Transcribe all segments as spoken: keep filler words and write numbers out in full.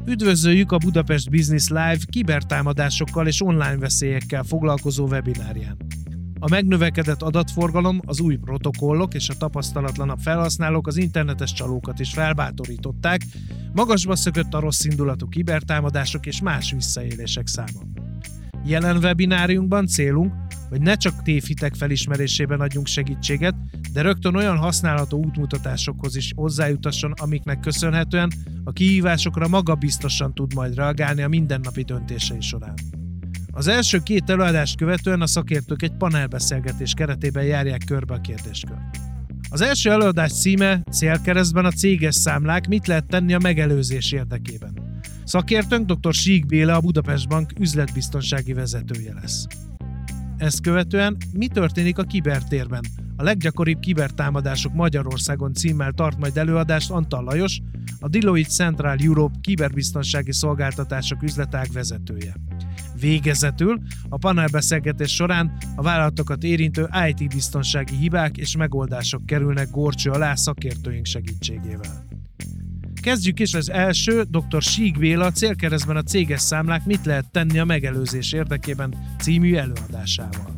Üdvözöljük a Budapest Business Live kibertámadásokkal és online veszélyekkel foglalkozó webinárján. A megnövekedett adatforgalom, az új protokollok és a tapasztalatlanabb felhasználók az internetes csalókat is felbátorították, magasba szökött a rosszindulatú kibertámadások és más visszaélések száma. Jelen webináriunkban célunk, hogy ne csak tévhitek felismerésében adjunk segítséget, de rögtön olyan használható útmutatásokhoz is hozzájutasson, amiknek köszönhetően a kihívásokra magabiztosan tud majd reagálni a mindennapi döntései során. Az első két előadást követően a szakértők egy panelbeszélgetés keretében járják körbe a kérdéskört. Az első előadás címe célkeresztben a céges számlák, mit lehet tenni a megelőzés érdekében. Szakértőnk dr. Sík Béla, a Budapest Bank üzletbiztonsági vezetője lesz. Ezt követően mi történik a kibertérben? A leggyakoribb kibertámadások Magyarországon címmel tart majd előadást Antal Lajos, a Deloitte Central Europe kiberbiztonsági szolgáltatások üzletág vezetője. Végezetül a panelbeszélgetés során a vállalatokat érintő i té biztonsági hibák és megoldások kerülnek górcső alá szakértőink segítségével. Kezdjük is az első, dr. Sík Béla célkeresztben a céges számlák, mit lehet tenni a megelőzés érdekében című előadásával.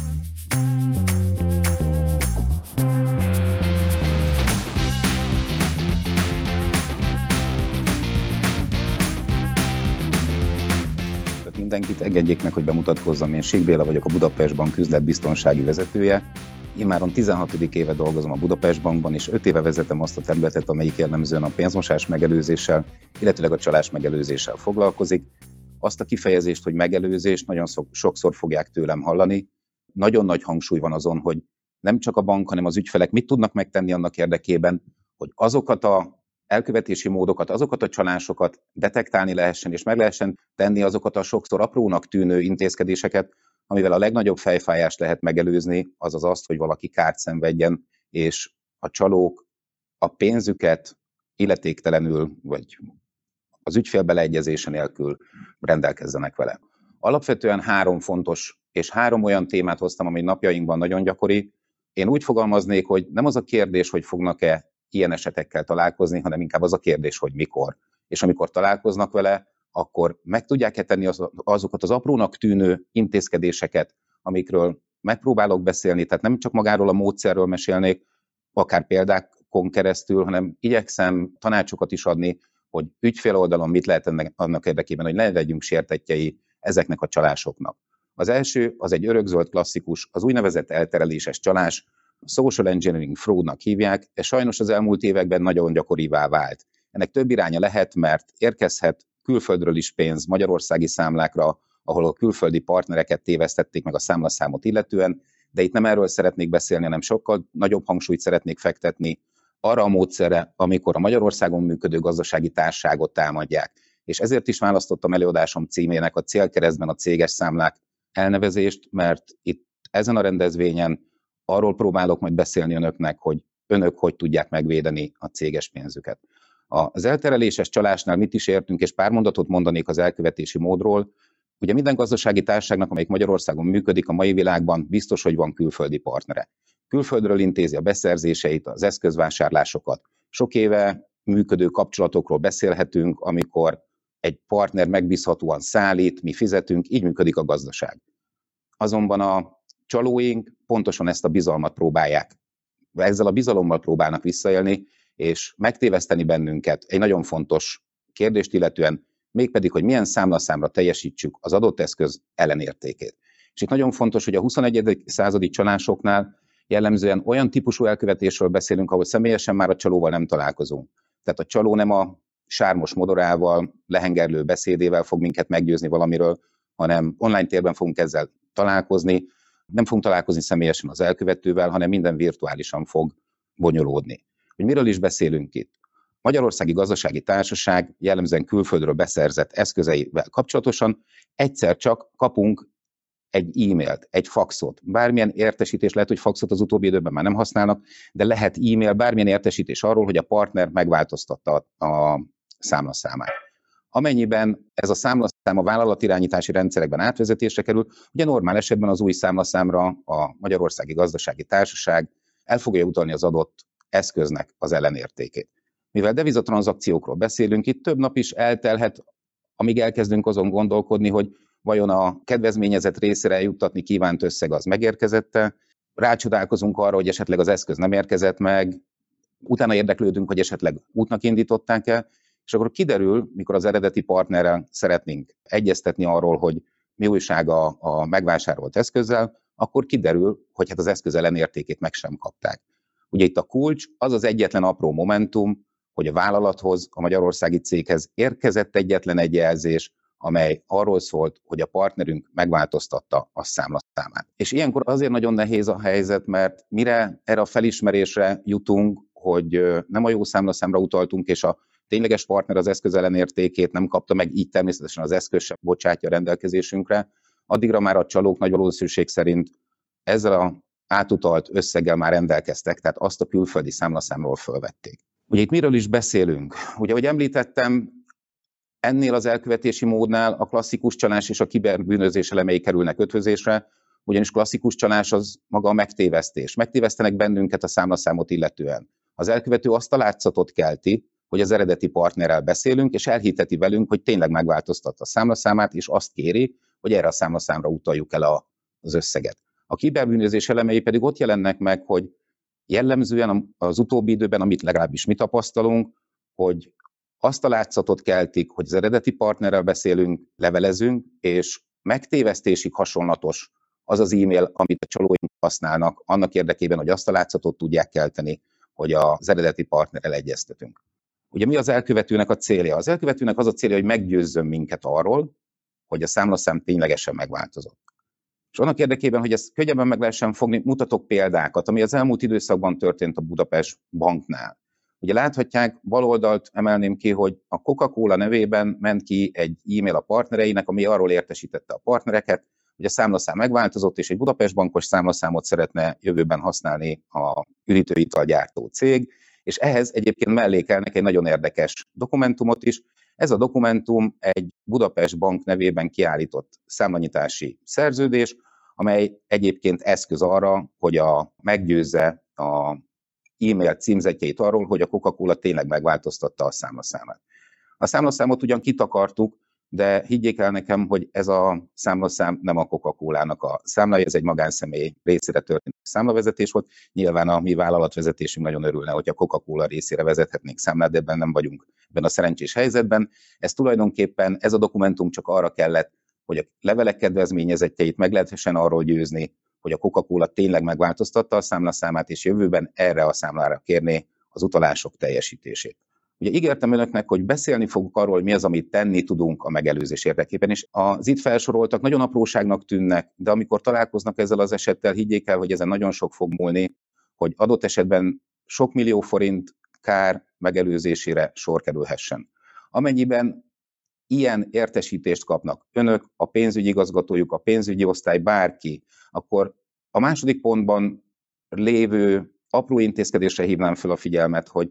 Mindenkit engedjék meg, hogy bemutatkozzam. Én Sík Béla vagyok, a Budapest Bank üzletbiztonsági vezetője. Immáron tizenhatodik éve dolgozom a Budapest Bankban, és öt éve vezetem azt a területet, amelyik jellemzően a pénzmosás megelőzéssel, illetőleg a csalás megelőzéssel foglalkozik. Azt a kifejezést, hogy megelőzés, nagyon sokszor fogják tőlem hallani. Nagyon nagy hangsúly van azon, hogy nem csak a bank, hanem az ügyfelek mit tudnak megtenni annak érdekében, hogy azokat a elkövetési módokat, azokat a csalásokat detektálni lehessen, és meg lehessen tenni azokat a sokszor aprónak tűnő intézkedéseket, amivel a legnagyobb fejfájást lehet megelőzni, azaz azt, hogy valaki kárt szenvedjen, és a csalók a pénzüket illetéktelenül, vagy az ügyfél beleegyezése nélkül rendelkezzenek vele. Alapvetően három fontos, és három olyan témát hoztam, ami napjainkban nagyon gyakori. Én úgy fogalmaznék, hogy nem az a kérdés, hogy fognak-e ilyen esetekkel találkozni, hanem inkább az a kérdés, hogy mikor. És amikor találkoznak vele, akkor meg tudják-e tenni az, azokat az aprónak tűnő intézkedéseket, amikről megpróbálok beszélni, tehát nem csak magáról a módszerről mesélnék, akár példákon keresztül, hanem igyekszem tanácsokat is adni, hogy ügyfél oldalon mit lehet ennek, annak érdekében, hogy ne legyünk sértettjei ezeknek a csalásoknak. Az első, az egy örökzöld klasszikus, az úgynevezett eltereléses csalás, a social engineering fraudnak hívják, és sajnos az elmúlt években nagyon gyakorivá vált. Ennek több iránya lehet, mert érkezhet külföldről is pénz magyarországi számlákra, ahol a külföldi partnereket tévesztették meg a számlaszámot illetően, de itt nem erről szeretnék beszélni, hanem sokkal nagyobb hangsúlyt szeretnék fektetni arra a módszerre, amikor a Magyarországon működő gazdasági társaságot támadják. És ezért is választottam előadásom címének a célkeresztben a céges számlák elnevezést, mert itt ezen a rendezvényen arról próbálok majd beszélni önöknek, hogy önök hogy tudják megvédeni a céges pénzüket. Az eltereléses csalásnál mit is értünk, és pár mondatot mondanék az elkövetési módról. Ugye minden gazdasági társaságnak, amelyik Magyarországon működik, a mai világban biztos, hogy van külföldi partnere. Külföldről intézi a beszerzéseit, az eszközvásárlásokat. Sok éve működő kapcsolatokról beszélhetünk, amikor egy partner megbízhatóan szállít, mi fizetünk, így működik a gazdaság. Azonban a csalóink pontosan ezt a bizalmat próbálják. Ezzel a bizalommal próbálnak visszaélni, és megtéveszteni bennünket egy nagyon fontos kérdést illetően, mégpedig, hogy milyen számlaszámra teljesítsük az adott eszköz ellenértékét. És itt nagyon fontos, hogy a huszonegyedik századi csalásoknál jellemzően olyan típusú elkövetésről beszélünk, ahol személyesen már a csalóval nem találkozunk. Tehát a csaló nem a sármos modorával, lehengerlő beszédével fog minket meggyőzni valamiről, hanem online térben fogunk ezzel találkozni, nem fogunk találkozni személyesen az elkövetővel, hanem minden virtuálisan fog bonyolódni. Hogy miről is beszélünk itt? Magyarországi Gazdasági Társaság jellemzően külföldről beszerzett eszközeivel kapcsolatosan egyszer csak kapunk egy e-mailt, egy faxot, bármilyen értesítés, lehet, hogy faxot az utóbbi időben már nem használnak, de lehet e-mail, bármilyen értesítés arról, hogy a partner megváltoztatta a számlaszámát. Amennyiben ez a számlaszám a vállalatirányítási rendszerekben átvezetésre kerül, ugye normál esetben az új számlaszámra a Magyarországi Gazdasági Társaság el fogja utalni az adott eszköznek az ellenértékét. Mivel devizatranzakciókról beszélünk, itt több nap is eltelhet, amíg elkezdünk azon gondolkodni, hogy vajon a kedvezményezett részére eljuttatni kívánt összeg az megérkezette, rácsodálkozunk arra, hogy esetleg az eszköz nem érkezett meg, utána érdeklődünk, hogy esetleg útnak indították-e, és akkor kiderül, mikor az eredeti partnerrel szeretnénk egyeztetni arról, hogy mi újság a, a megvásárolt eszközzel, akkor kiderül, hogy hát az eszköz ellenértékét meg sem kapták. Ugye itt a kulcs az az egyetlen apró momentum, hogy a vállalathoz, a magyarországi céghez érkezett egyetlen egy jelzés, amely arról szólt, hogy a partnerünk megváltoztatta a számlaszámát. És ilyenkor azért nagyon nehéz a helyzet, mert mire erre a felismerésre jutunk, hogy nem a jó számlaszámra utaltunk, és a tényleges partner az eszköz ellenértékét nem kapta meg, így természetesen az eszköz sem bocsátja a rendelkezésünkre, addigra már a csalók nagy valószínűség szerint ezzel az átutalt összeggel már rendelkeztek, tehát azt a külföldi számlaszámról fölvették. Ugye itt miről is beszélünk? Ugye, ahogy említettem, ennél az elkövetési módnál a klasszikus csalás és a kiberbűnözés elemei kerülnek ötvözésre, ugyanis klasszikus csalás az maga a megtévesztés. Megtévesztenek bennünket a számlaszámot illetően. Az elkövető azt a látszatot kelti, hogy az eredeti partnerrel beszélünk, és elhiteti velünk, hogy tényleg megváltoztatta a számlaszámát, és azt kéri, hogy erre a számlaszámra utaljuk el a, az összeget. A kiberbűnözés elemei pedig ott jelennek meg, hogy jellemzően az utóbbi időben, amit legalábbis mi tapasztalunk, hogy azt a látszatot keltik, hogy az eredeti partnerrel beszélünk, levelezünk, és megtévesztésig hasonlatos az az e-mail, amit a csalóink használnak, annak érdekében, hogy azt a látszatot tudják kelteni, hogy az eredeti partnerrel egyeztetünk. Ugye mi az elkövetőnek a célja? Az elkövetőnek az a célja, hogy meggyőzzön minket arról, hogy a számlaszám ténylegesen megváltozott. És annak érdekében, hogy ezt könnyebben meg lehessen fogni, mutatok példákat, ami az elmúlt időszakban történt a Budapest Banknál. Ugye láthatják, baloldalt emelném ki, hogy a Coca-Cola nevében ment ki egy e-mail a partnereinek, ami arról értesítette a partnereket, hogy a számlaszám megváltozott, és egy Budapest bankos számlaszámot szeretne jövőben használni a üdítőitalgyártó cég, és ehhez egyébként mellékelnek egy nagyon érdekes dokumentumot is. Ez a dokumentum egy Budapest Bank nevében kiállított számlanyitási szerződés, amely egyébként eszköz arra, hogy a, meggyőzze a e-mail címzetjeit arról, hogy a Coca-Cola tényleg megváltoztatta a számlaszámát. A számlaszámot ugyan kitakartuk, de higgyék el nekem, hogy ez a számlaszám nem a Coca-Colának a számlája, ez egy magánszemély részére történő számlavezetés volt. Nyilván a mi vállalatvezetésünk nagyon örülne, hogy a Coca-Cola részére vezethetnénk számlát, de ebben nem vagyunk ebben a szerencsés helyzetben. Ez tulajdonképpen, ez a dokumentum csak arra kellett, hogy a levelek kedvezményezettjeit meg lehessen arról győzni, hogy a Coca-Cola tényleg megváltoztatta a számlaszámát, és jövőben erre a számlára kérné az utalások teljesítését. Ugye ígértem önöknek, hogy beszélni fogok arról, hogy mi az, amit tenni tudunk a megelőzés érdekében, és az itt felsoroltak nagyon apróságnak tűnnek, de amikor találkoznak ezzel az esettel, higgyék el, hogy ezen nagyon sok fog múlni, hogy adott esetben sok millió forint kár megelőzésére sor kerülhessen. Amennyiben ilyen értesítést kapnak önök, a pénzügyi igazgatójuk, a pénzügyi osztály, bárki, akkor a második pontban lévő apró intézkedésre hívnám fel a figyelmet, hogy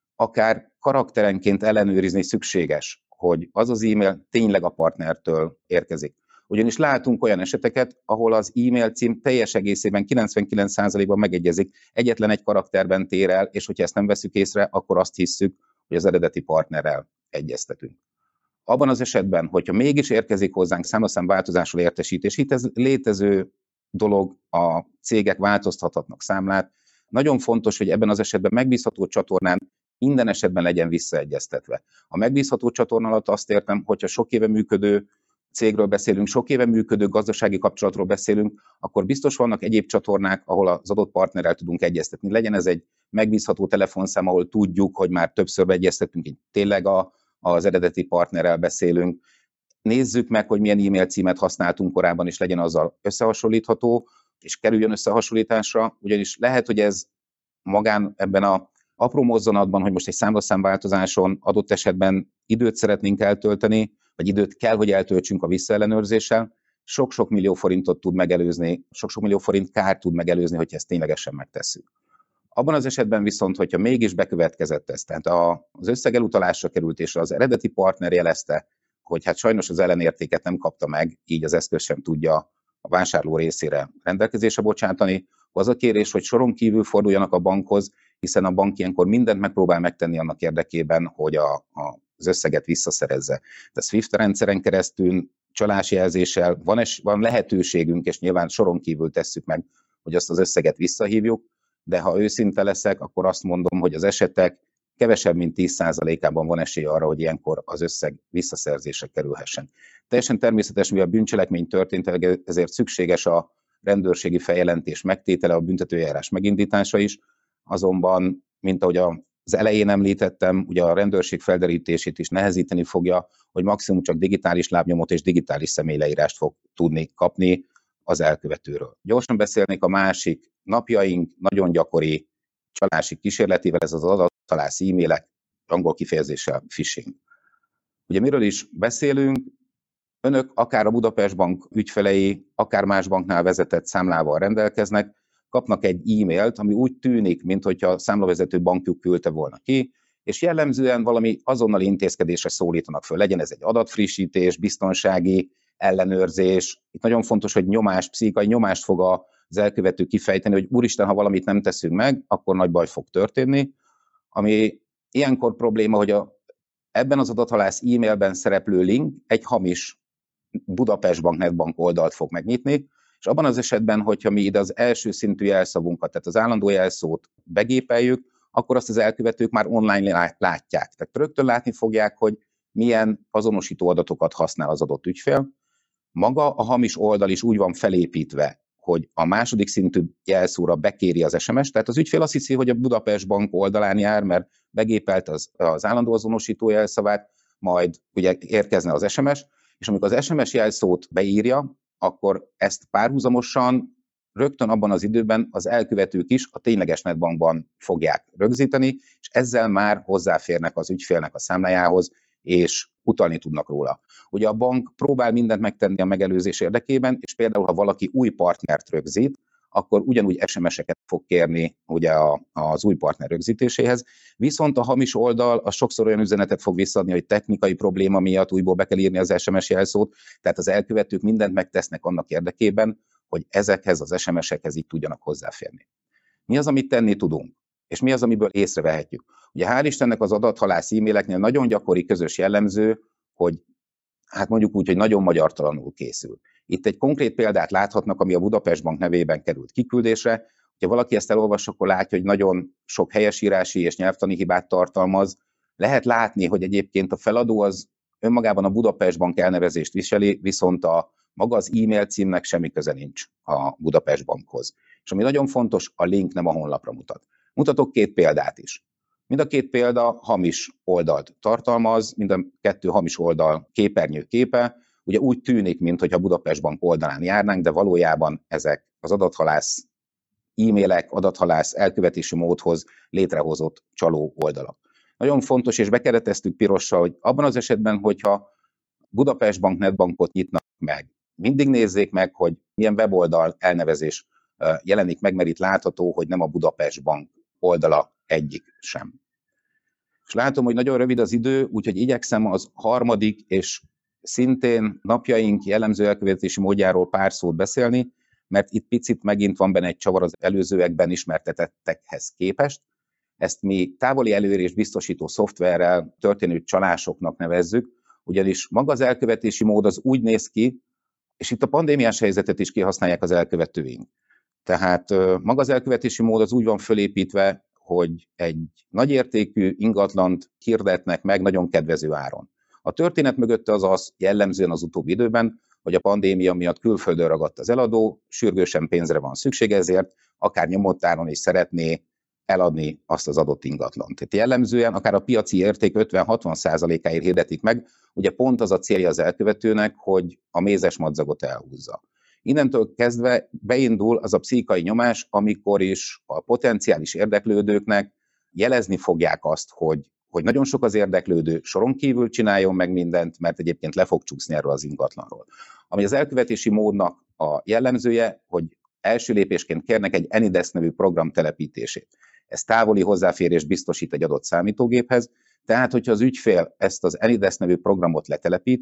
akár karakterenként ellenőrizni szükséges, hogy az az e-mail tényleg a partnertől érkezik. Ugyanis látunk olyan eseteket, ahol az e-mail cím teljes egészében kilencvenkilenc százalékban megegyezik, egyetlen egy karakterben tér el, és hogyha ezt nem veszük észre, akkor azt hisszük, hogy az eredeti partnerrel egyeztetünk. Abban az esetben, hogyha mégis érkezik hozzánk számlaszámváltozásról értesítés, itt ez létező dolog, a cégek változtathatnak számlát, nagyon fontos, hogy ebben az esetben megbízható csatornán minden esetben legyen visszaegyeztetve. A megbízható csatorna alatt azt értem, hogyha sok éve működő cégről beszélünk, sok éve működő gazdasági kapcsolatról beszélünk, akkor biztos vannak egyéb csatornák, ahol az adott partnerrel tudunk egyeztetni. Legyen ez egy megbízható telefonszám, ahol tudjuk, hogy már többször egyeztettünk, így tényleg a, az eredeti partnerrel beszélünk. Nézzük meg, hogy milyen e-mail címet használtunk korábban, és legyen azzal összehasonlítható, és kerüljön összehasonlításra, ugyanis lehet, hogy ez magán ebben a apró mozzanatban, hogy most egy számlaszámváltozáson adott esetben időt szeretnénk eltölteni, vagy időt kell, hogy eltöltsünk a visszaellenőrzéssel, sok-sok millió forintot tud megelőzni, sok-sok millió forint kárt tud megelőzni, hogyha ezt ténylegesen megtesszük. Abban az esetben viszont, hogyha mégis bekövetkezett ez, tehát az összeg elutalásra került, és az eredeti partner jelezte, hogy hát sajnos az ellenértéket nem kapta meg, így az eszköz sem tudja a vásárló részére rendelkezésre bocsátani, az a kérés, hogy soron kívül forduljanak a bankhoz, hiszen a bank ilyenkor mindent megpróbál megtenni annak érdekében, hogy a, a, az összeget visszaszerezze. De SWIFT rendszeren keresztül csalásjelzéssel van, es, van lehetőségünk, és nyilván soron kívül tesszük meg, hogy azt az összeget visszahívjuk, de ha őszinte leszek, akkor azt mondom, hogy az esetek kevesebb, mint tíz százalékában van esély arra, hogy ilyenkor az összeg visszaszerzésre kerülhessen. Teljesen természetes, mivel a bűncselekmény történt, ezért szükséges a rendőrségi feljelentés megtétele, a büntetőeljárás megindítása is, azonban, mint ahogy az elején említettem, ugye a rendőrség felderítését is nehezíteni fogja, hogy maximum csak digitális lábnyomot és digitális személyleírást fog tudni kapni az elkövetőről. Gyorsan beszélnék a másik napjaink nagyon gyakori csalási kísérletével, ez az adathalász e-mailek, angol kifejezéssel phishing. Ugye miről is beszélünk? Önök akár a Budapest Bank ügyfelei, akár más banknál vezetett számlával rendelkeznek, kapnak egy e-mailt, ami úgy tűnik, mintha a számlavezető bankjuk küldte volna ki, és jellemzően valami azonnali intézkedésre szólítanak föl. Legyen ez egy adatfrissítés, biztonsági ellenőrzés. Itt nagyon fontos, hogy nyomás, pszichikai nyomást fog az elkövető kifejteni, hogy úristen, ha valamit nem teszünk meg, akkor nagy baj fog történni. Ami ilyenkor probléma, hogy a, ebben az adathalász e-mailben szereplő link egy hamis Budapest Bank Netbank oldalt fog megnyitni, és abban az esetben, hogyha mi ide az első szintű jelszavunkat, tehát az állandó jelszót begépeljük, akkor azt az elkövetők már online látják. Tehát rögtön látni fogják, hogy milyen azonosító adatokat használ az adott ügyfél. Maga a hamis oldal is úgy van felépítve, hogy a második szintű jelszóra bekéri az es em es, tehát az ügyfél azt hiszi, hogy a Budapest Bank oldalán jár, mert begépelt az, az állandó azonosító jelszavát, majd ugye érkezne az es em es, és amikor az es em es jelszót beírja, akkor ezt párhuzamosan rögtön abban az időben az elkövetők is a tényleges netbankban fogják rögzíteni, és ezzel már hozzáférnek az ügyfélnek a számlájához, és utalni tudnak róla. Ugye a bank próbál mindent megtenni a megelőzés érdekében, és például, ha valaki új partnert rögzít, akkor ugyanúgy es em es-eket fog kérni ugye a, az új partner rögzítéséhez. Viszont a hamis oldal az sokszor olyan üzenetet fog visszaadni, hogy technikai probléma miatt újból be kell írni az es em es jelszót, tehát az elkövetők mindent megtesznek annak érdekében, hogy ezekhez az es em es-ekhez így tudjanak hozzáférni. Mi az, amit tenni tudunk? És mi az, amiből észrevehetjük? Ugye hál' Istennek az adathalász e-maileknél nagyon gyakori közös jellemző, hogy hát mondjuk úgy, hogy nagyon magyartalanul készül. Itt egy konkrét példát láthatnak, ami a Budapest Bank nevében került kiküldésre. Ha valaki ezt elolvas, akkor látja, hogy nagyon sok helyesírási és nyelvtani hibát tartalmaz. Lehet látni, hogy egyébként a feladó az önmagában a Budapest Bank elnevezést viseli, viszont a maga az e-mail címnek semmi köze nincs a Budapest Bankhoz. És ami nagyon fontos, a link nem a honlapra mutat. Mutatok két példát is. Mind a két példa hamis oldalt tartalmaz, mind a kettő hamis oldal képernyő képe. Ugye úgy tűnik, mintha Budapest Bank oldalán járnánk, de valójában ezek az adathalász e-mailek, adathalász elkövetési módhoz létrehozott csaló oldalak. Nagyon fontos, és bekereteztük pirossal, hogy abban az esetben, hogyha Budapest Bank Netbankot nyitnak meg, mindig nézzék meg, hogy milyen weboldal elnevezés jelenik meg, mert itt látható, hogy nem a Budapest Bank oldala egyik sem. És látom, hogy nagyon rövid az idő, úgyhogy igyekszem az harmadik és szintén napjaink jellemző elkövetési módjáról pár szót beszélni, mert itt picit megint van benne egy csavar az előzőekben ismertetettekhez képest. Ezt mi távoli előérést biztosító szoftverrel történő csalásoknak nevezzük, ugyanis maga az elkövetési mód az úgy néz ki, és itt a pandémiás helyzetet is kihasználják az elkövetőink. Tehát maga az elkövetési mód az úgy van fölépítve, hogy egy nagyértékű ingatlant hirdetnek meg nagyon kedvező áron. A történet mögötte az az, jellemzően az utóbbi időben, hogy a pandémia miatt külföldön ragadt az eladó, sürgősen pénzre van szüksége, ezért akár nyomott áron is szeretné eladni azt az adott ingatlant. Tehát jellemzően akár a piaci érték ötven-hatvan százalékáért hirdetik meg, ugye pont az a célja az elkövetőnek, hogy a mézes madzagot elhúzza. Innentől kezdve beindul az a pszichikai nyomás, amikor is a potenciális érdeklődőknek jelezni fogják azt, hogy, hogy nagyon sok az érdeklődő, soron kívül csináljon meg mindent, mert egyébként le fog csúszni erről az ingatlanról. Ami az elkövetési módnak a jellemzője, hogy első lépésként kérnek egy Anydesk nevű program telepítését. Ez távoli hozzáférést biztosít egy adott számítógéphez, tehát hogyha az ügyfél ezt az Anydesk nevű programot letelepíti,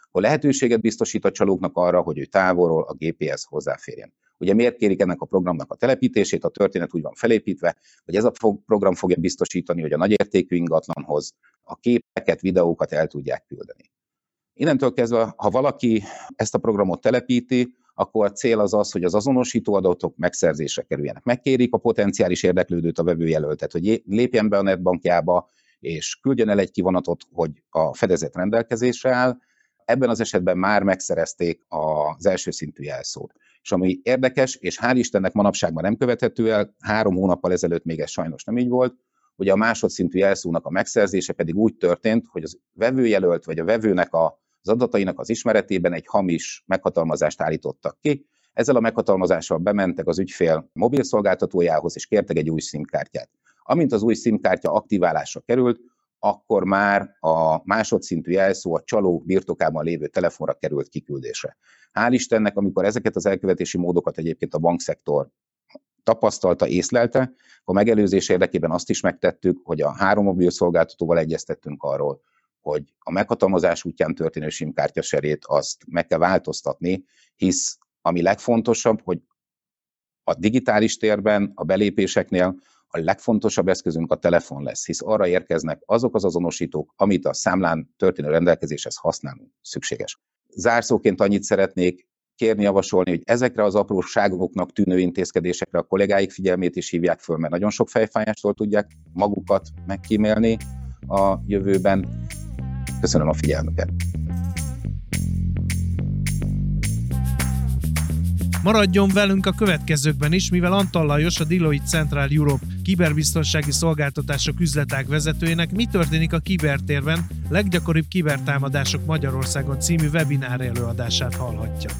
ahol lehetőséget biztosít a csalóknak arra, hogy ő távolról a gépéhez hozzáférjen. Ugye miért kérik ennek a programnak a telepítését? A történet úgy van felépítve, hogy ez a program fogja biztosítani, hogy a nagyértékű ingatlanhoz a képeket, videókat el tudják küldeni. Innentől kezdve, ha valaki ezt a programot telepíti, akkor a cél az az, hogy az azonosító adatok megszerzésre kerüljenek. Megkérik a potenciális érdeklődőt, a vevőjelöltet, hogy lépjen be a netbankjába, és küldjön el egy kivonatot, hogy a fedezet rendelkezésre áll. Ebben az esetben már megszerezték az első szintű jelszót. És ami érdekes, és hál' Istennek manapság már nem követhető el, három hónappal ezelőtt még ez sajnos nem így volt, hogy a másodszintű jelszónak a megszerzése pedig úgy történt, hogy az vevőjelölt vagy a vevőnek a az adatainak az ismeretében egy hamis meghatalmazást állítottak ki. Ezzel a meghatalmazással bementek az ügyfél mobilszolgáltatójához, és kértek egy új SIM-kártyát. Amint az új SIM-kártya aktiválásra került, akkor már a másodszintű jelszó a csaló birtokában lévő telefonra került kiküldésre. Hál' Istennek, amikor ezeket az elkövetési módokat egyébként a bankszektor tapasztalta, észlelte, a megelőzés érdekében azt is megtettük, hogy a három mobilszolgáltatóval egyeztettünk arról, hogy a meghatalmazás útján történő SIM-kártyaserét azt meg kell változtatni, hisz ami legfontosabb, hogy a digitális térben, a belépéseknél a legfontosabb eszközünk a telefon lesz, hisz arra érkeznek azok az azonosítók, amit a számlán történő rendelkezéshez használunk szükséges. Zárszóként annyit szeretnék kérni, javasolni, hogy ezekre az apróságoknak tűnő intézkedésekre a kollégáik figyelmét is hívják föl, mert nagyon sok fejfájástól tudják magukat megkímélni a jövőben. Köszönöm a figyelmüket! Maradjon velünk a következőkben is, mivel Antal Lajos, a Deloitte Central Europe kiberbiztonsági szolgáltatások üzletág vezetőjének Mi történik a kibertérben? Leggyakoribb kibertámadások Magyarországon című webinár előadását hallhatja.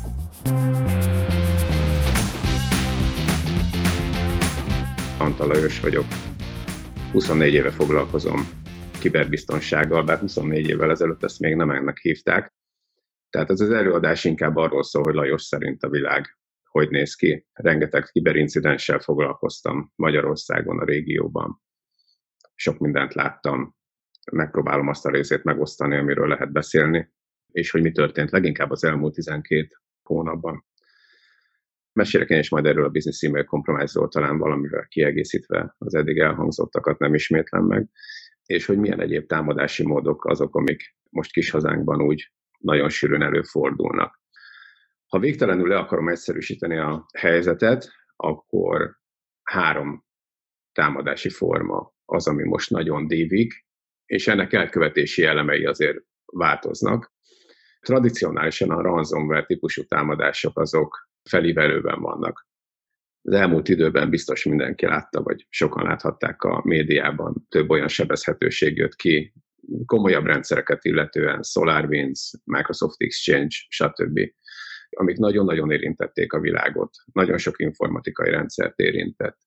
Antal Lajos vagyok. huszonnégy éve foglalkozom kiberbiztonsággal, bár huszonnégy évvel ezelőtt ezt még nem ennek hívták. Tehát ez az előadás inkább arról szól, hogy Lajos szerint a világ hogy néz ki. Rengeteg kiberincidenssel foglalkoztam Magyarországon, a régióban. Sok mindent láttam. Megpróbálom azt a részét megosztani, amiről lehet beszélni, és hogy mi történt leginkább az elmúlt tizenkét hónapban. Mesélek én is majd erről a Business Email Compromise-ról, talán valamivel kiegészítve az eddig elhangzottakat nem ismétlem meg, és hogy milyen egyéb támadási módok azok, amik most kis hazánkban úgy nagyon sűrűn előfordulnak. Ha végtelenül le akarom egyszerűsíteni a helyzetet, akkor három támadási forma az, ami most nagyon dívik, és ennek elkövetési elemei azért változnak. Tradicionálisan a ransomware típusú támadások azok felívelőben vannak. Az elmúlt időben biztos mindenki látta, vagy sokan láthatták a médiában, több olyan sebezhetőség jött ki, komolyabb rendszereket illetően, SolarWinds, Microsoft Exchange, stb., amik nagyon-nagyon érintették a világot. Nagyon sok informatikai rendszert érintett.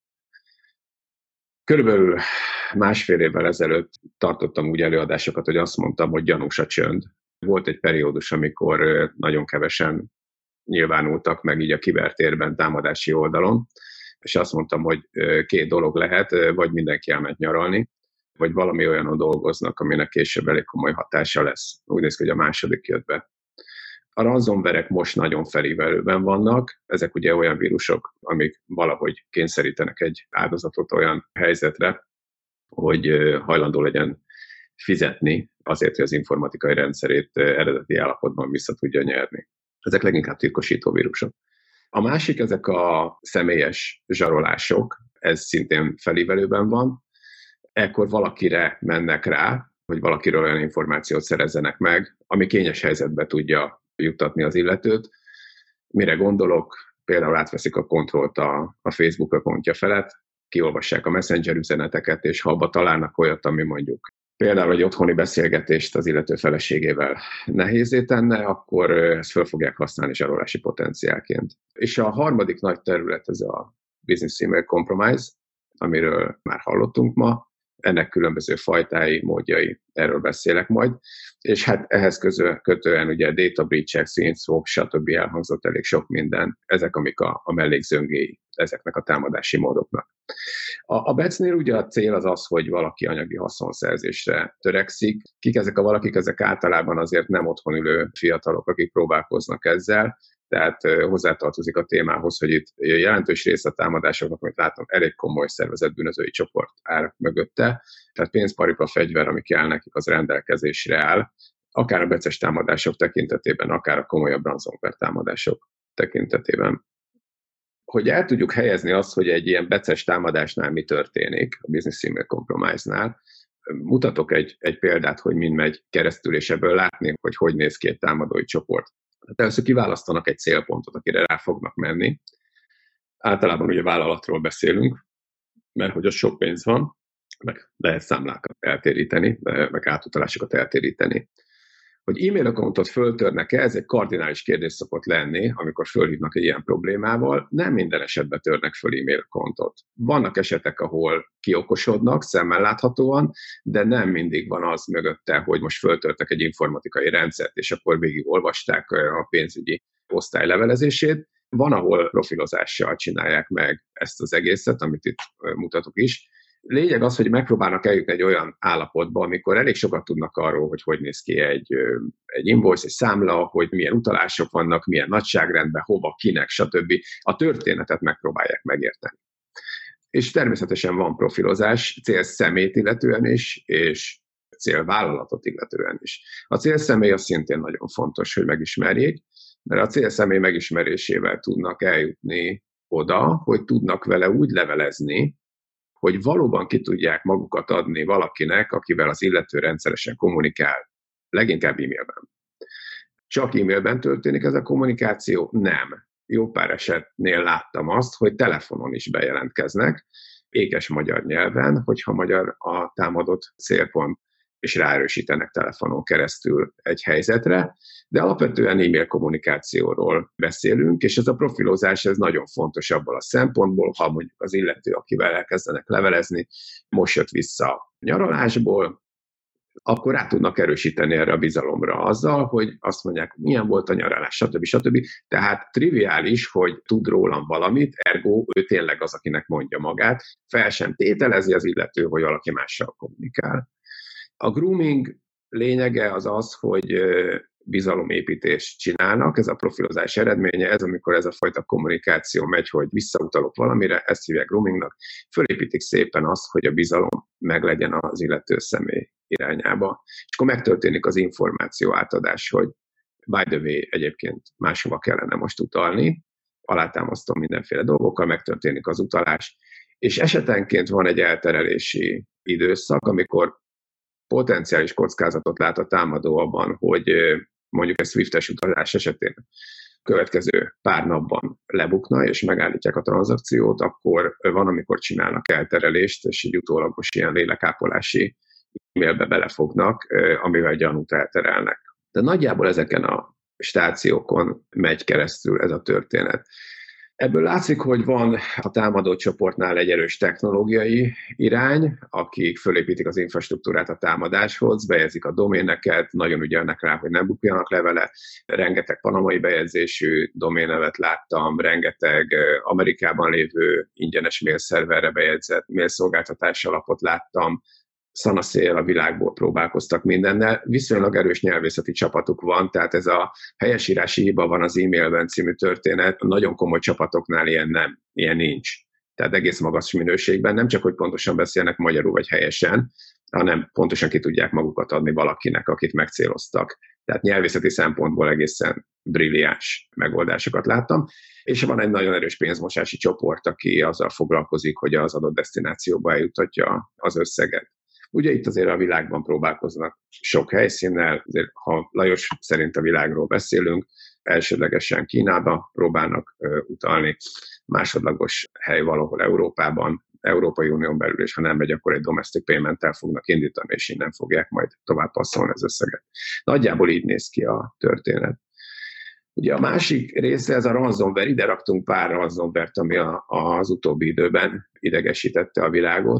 Körülbelül másfél évvel ezelőtt tartottam úgy előadásokat, hogy azt mondtam, hogy gyanús a csönd. Volt egy periódus, amikor nagyon kevesen nyilvánultak meg így a kibertérben, támadási oldalon, és azt mondtam, hogy két dolog lehet, vagy mindenki elment nyaralni, vagy valami olyanon dolgoznak, aminek később elég komoly hatása lesz. Úgy néz ki, hogy a második jött be. A ransomware-ek most nagyon felívelőben vannak, ezek ugye olyan vírusok, amik valahogy kényszerítenek egy áldozatot olyan helyzetre, hogy hajlandó legyen fizetni azért, hogy az informatikai rendszerét eredeti állapotban vissza tudja nyerni. Ezek leginkább titkosító vírusok. A másik, ezek a személyes zsarolások, ez szintén felívelőben van. Ekkor valakire mennek rá, hogy valakiről olyan információt szerezzenek meg, ami kényes helyzetbe tudja juttatni az illetőt. Mire gondolok? Például átveszik a kontrollt a, a Facebook accountja felett, kiolvassák a Messenger üzeneteket, és ha abba találnak olyat, ami mondjuk például egy otthoni beszélgetést az illető feleségével nehézé tenne, akkor ezt fel fogják használni zsarolási potenciálként. És a harmadik nagy terület ez a Business Email Compromise, amiről már hallottunk ma. ennek különböző fajtái, módjai, erről beszélek majd, és hát ehhez közül, kötően ugye data breach-ek, SYN swap, stb. Elhangzott elég sok minden, ezek amik a, a mellékzöngéi ezeknek a támadási módoknak. A, a becnél ugye a cél az az, hogy valaki anyagi haszonszerzésre törekszik. Kik ezek a valakik? Ezek általában azért nem otthon ülő fiatalok, akik próbálkoznak ezzel, tehát hozzátartozik a témához, hogy itt jelentős része a támadásoknak, amit látom, elég komoly szervezett bűnözői csoport áll mögötte, tehát pénzparipa, fegyver, ami kell nekik, az rendelkezésre áll, akár a becses támadások tekintetében, akár a komolyabb ransomware támadások tekintetében. Hogy el tudjuk helyezni azt, hogy egy ilyen becses támadásnál mi történik, a business email compromise-nál, mutatok egy, egy példát, hogy mind megy keresztül, és ebből látni, hogy hogy néz ki egy támadói csoport. Tehát először kiválasztanak egy célpontot, akire rá fognak menni. Általában ugye vállalatról beszélünk, mert hogy az sok pénz van, meg lehet számlákat eltéríteni, meg átutalásokat eltéríteni. Hogy e-mail accountot föltörnek-e, ez egy kardinális kérdés szokott lenni, amikor fölhívnak egy ilyen problémával. Nem minden esetben törnek föl e-mail accountot. Vannak esetek, ahol kiokosodnak, szemmel láthatóan, de nem mindig van az mögötte, hogy most föltörtek egy informatikai rendszert, és akkor végigolvasták a pénzügyi osztály levelezését. Van, ahol profilozással csinálják meg ezt az egészet, amit itt mutatok is. Lényeg az, hogy megpróbálnak eljutni egy olyan állapotba, amikor elég sokat tudnak arról, hogy hogy néz ki egy, egy invoice, egy számla, hogy milyen utalások vannak, milyen nagyságrendben, hova, kinek, stb. A történetet megpróbálják megérteni. És természetesen van profilozás célszemélyt illetően is, és célvállalatot illetően is. A célszemély az szintén nagyon fontos, hogy megismerjék, mert a célszemély megismerésével tudnak eljutni oda, hogy tudnak vele úgy levelezni, hogy valóban ki tudják magukat adni valakinek, akivel az illető rendszeresen kommunikál, leginkább e-mailben. Csak e-mailben történik ez a kommunikáció? Nem. Jó pár esetnél láttam azt, hogy telefonon is bejelentkeznek, ékes magyar nyelven, hogyha magyar a támadott célpont, és ráerősítenek telefonon keresztül egy helyzetre, de alapvetően e-mail kommunikációról beszélünk, és ez a profilozás ez nagyon fontos abból a szempontból, ha mondjuk az illető, akivel elkezdenek levelezni, most jött vissza nyaralásból, akkor rá tudnak erősíteni erre a bizalomra azzal, hogy azt mondják, milyen volt a nyaralás, stb. stb. Tehát triviális, hogy tud rólam valamit, ergo ő tényleg az, akinek mondja magát, fel sem tételezi az illető, hogy valaki mással kommunikál. A grooming lényege az az, hogy bizalomépítést csinálnak, ez a profilozás eredménye, ez amikor ez a fajta kommunikáció megy, hogy visszautalok valamire, ezt hívják groomingnak, fölépítik szépen azt, hogy a bizalom meglegyen az illető személy irányába. És akkor megtörténik az információ átadás, hogy by the way, egyébként máshova kellene most utalni, alátámasztom mindenféle dolgokkal, megtörténik az utalás, és esetenként van egy elterelési időszak, amikor potenciális kockázatot lát a támadó abban, hogy mondjuk egy Swiftes utalás esetén következő pár napban lebukna, és megállítják a tranzakciót, akkor van, amikor csinálnak elterelést, és egy utólagos ilyen lélekápolási e-mailbe belefognak, amivel gyanút elterelnek. De nagyjából ezeken a stációkon megy keresztül ez a történet. Ebből látszik, hogy van a támadó csoportnál egy erős technológiai irány, akik fölépítik az infrastruktúrát a támadáshoz, bejegyzik a doméneket, nagyon ügyelnek rá, hogy nem bukjanak le vele. Rengeteg panamai bejegyzésű doménnevet láttam, rengeteg Amerikában lévő ingyenes mailszerverre bejegyzett mailszolgáltatás alapot láttam, szanaszéjjel a világból próbálkoztak mindennel. Viszonylag erős nyelvészeti csapatuk van, tehát ez a helyesírási hiba van az e-mailben című történet, nagyon komoly csapatoknál ilyen nem, ilyen nincs. Tehát egész magas minőségben, nem csak, hogy pontosan beszélnek magyarul vagy helyesen, hanem pontosan ki tudják magukat adni valakinek, akit megcéloztak. Tehát nyelvészeti szempontból egészen brilliáns megoldásokat láttam. És van egy nagyon erős pénzmosási csoport, aki azzal foglalkozik, hogy az adott desztinációba eljutatja az összeget. Ugye itt azért a világban próbálkoznak sok helyszínnel, azért, ha Lajos szerint a világról beszélünk, elsődlegesen Kínába próbálnak uh, utalni, másodlagos hely valahol Európában, Európai Unión belül, és ha nem megy, akkor egy domestic payment-tel fognak indítani, és innen fogják majd tovább passzolni az összeget. Nagyjából így néz ki a történet. Ugye a másik része ez a ransomware, ide raktunk pár ransomware-t, ami a, az utóbbi időben idegesítette a világot.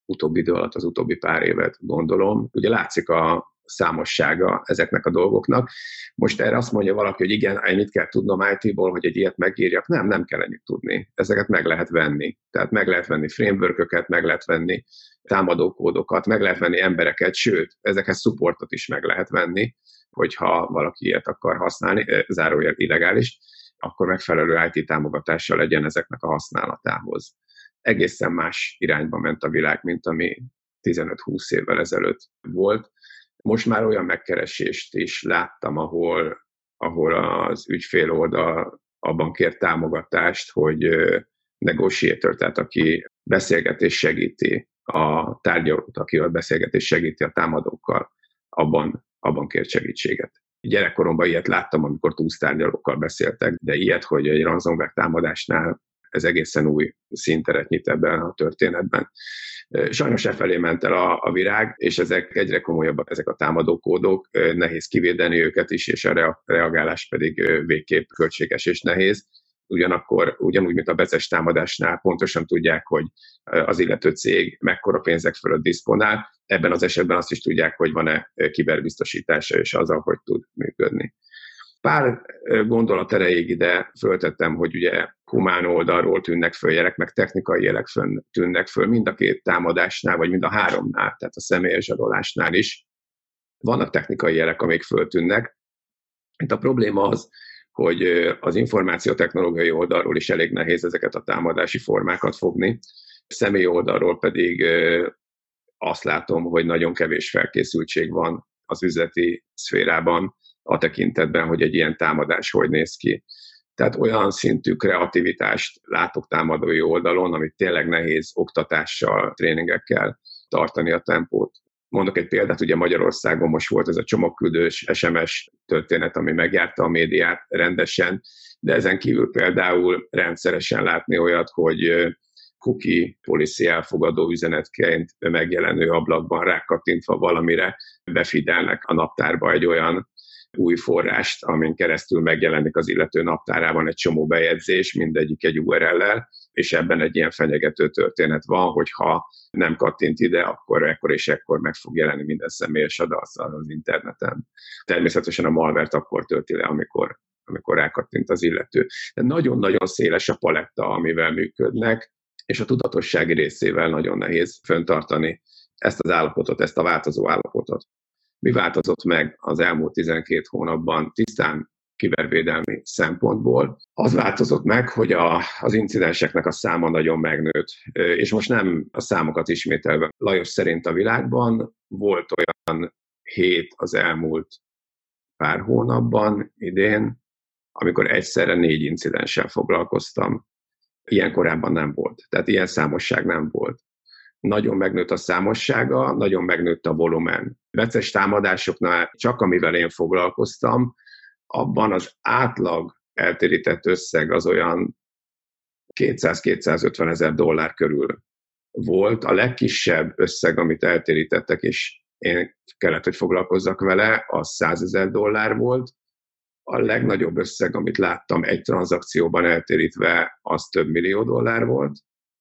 utóbbi idő alatt, az utóbbi pár évet gondolom. Ugye látszik a számossága ezeknek a dolgoknak. Most erre azt mondja valaki, hogy igen, ennyit kell tudnom í té-ból, hogy egy ilyet megírjak. Nem, nem kell ennyit tudni. Ezeket meg lehet venni. Tehát meg lehet venni frameworköket, meg lehet venni támadókódokat, meg lehet venni embereket, sőt, ezekhez supportot is meg lehet venni, hogyha valaki ilyet akar használni, zárójel illegális, akkor megfelelő í té támogatással legyen ezeknek a használatához. Egészen más irányba ment a világ, mint ami tizenöt-húsz évvel ezelőtt volt. Most már olyan megkeresést is láttam, ahol, ahol az ügyfél oldal abban kér támogatást, hogy negotiator, tehát aki beszélgetés segíti a tárgyalót, aki a beszélgetés segíti a támadókkal, abban, abban kér segítséget. Gyerekkoromban ilyet láttam, amikor túlsztárgyalókkal beszéltek, de ilyet, hogy egy ransomware támadásnál ez egészen új színteret nyit ebben a történetben. Sajnos e felé ment el a, a virág, és ezek egyre komolyabbak, ezek a támadókódok, nehéz kivédeni őket is, és a reagálás pedig végképp költséges és nehéz. Ugyanakkor, ugyanúgy, mint a becses támadásnál, pontosan tudják, hogy az illető cég mekkora pénzek fölött diszponál. Ebben az esetben azt is tudják, hogy van-e kiberbiztosítása, és azzal, hogy tud működni. Pár gondolat erejéig ide föltettem, hogy ugye humán oldalról tűnnek föl jelek, meg technikai jelek tűnnek föl mind a két támadásnál, vagy mind a háromnál, tehát a személyes zsarolásnál is. Vannak technikai jelek, amik föltűnnek. Itt a probléma az, hogy az információtechnológiai oldalról is elég nehéz ezeket a támadási formákat fogni. Személyi oldalról pedig azt látom, hogy nagyon kevés felkészültség van az üzleti szférában a tekintetben, hogy egy ilyen támadás hogy néz ki. Tehát olyan szintű kreativitást látok támadói oldalon, amit tényleg nehéz oktatással, tréningekkel tartani a tempót. Mondok egy példát, ugye Magyarországon most volt ez a csomagküldős es em es történet, ami megjárta a médiát rendesen, de ezen kívül például rendszeresen látni olyat, hogy cookie policy elfogadó üzenetként megjelenő ablakban rákattintva valamire befidelnek a naptárba egy olyan új forrást, amin keresztül megjelenik az illető naptárában egy csomó bejegyzés, mindegyik egy u er el-lel, és ebben egy ilyen fenyegető történet van, hogyha nem kattint ide, akkor ekkor és ekkor meg fog jelenni minden személyes adat az interneten. Természetesen a malvert akkor tölti le, amikor, amikor rákattint az illető. De nagyon-nagyon széles a paletta, amivel működnek, és a tudatossági részével nagyon nehéz fenntartani ezt az állapotot, ezt a változó állapotot. Mi változott meg az elmúlt tizenkét hónapban tisztán kibervédelmi szempontból? Az változott meg, hogy a, az incidenseknek a száma nagyon megnőtt. És most nem a számokat ismételve. Lajos szerint a világban volt olyan hét az elmúlt pár hónapban, idén, amikor egyszerre négy incidenssel foglalkoztam. Ilyen korábban nem volt. Tehát ilyen számosság nem volt. Nagyon megnőtt a számossága, nagyon megnőtt a volumen. Becses támadásoknál csak amivel én foglalkoztam, abban az átlag eltérített összeg az olyan kétszáz-kétszázötven ezer dollár körül volt. A legkisebb összeg, amit eltérítettek, és én kellett, hogy foglalkozzak vele, az százezer dollár volt. A legnagyobb összeg, amit láttam egy tranzakcióban eltérítve, az több millió dollár volt,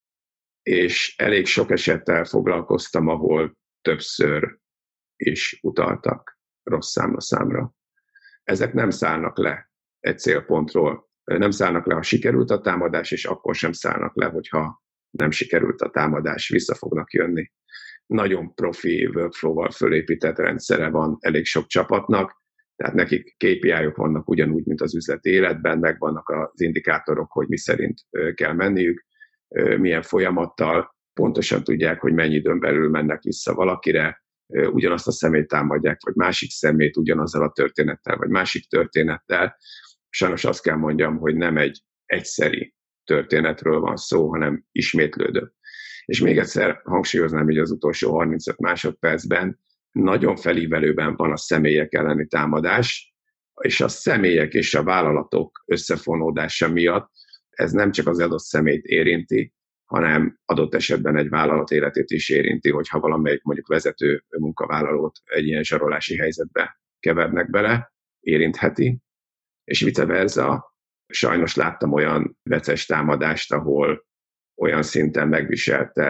és elég sok esettel foglalkoztam, ahol többször is utaltak rossz számlaszámra. Ezek nem szállnak le egy célpontról, nem szállnak le, ha sikerült a támadás, és akkor sem szállnak le, hogyha nem sikerült a támadás, vissza fognak jönni. Nagyon profi workflow-val fölépített rendszere van elég sok csapatnak, tehát nekik ká pé í-ok vannak ugyanúgy, mint az üzleti életben, meg vannak az indikátorok, hogy mi szerint kell menniük, milyen folyamattal, pontosan tudják, hogy mennyi időn belül mennek vissza valakire, ugyanazt a személyt támadják, vagy másik személyt ugyanazzal a történettel, vagy másik történettel. Sajnos azt kell mondjam, hogy nem egy egyszeri történetről van szó, hanem ismétlődő. És még egyszer hangsúlyoznám, hogy az utolsó harmincöt másodpercben nagyon felívelőben van a személyek elleni támadás, és a személyek és a vállalatok összefonódása miatt ez nem csak az adott személyt érinti, hanem adott esetben egy vállalat életét is érinti, hogyha valamelyik mondjuk vezető munkavállalót egy ilyen zsarolási helyzetbe kevernek bele, érintheti, és vice versa. Sajnos láttam olyan becses támadást, ahol olyan szinten megviselte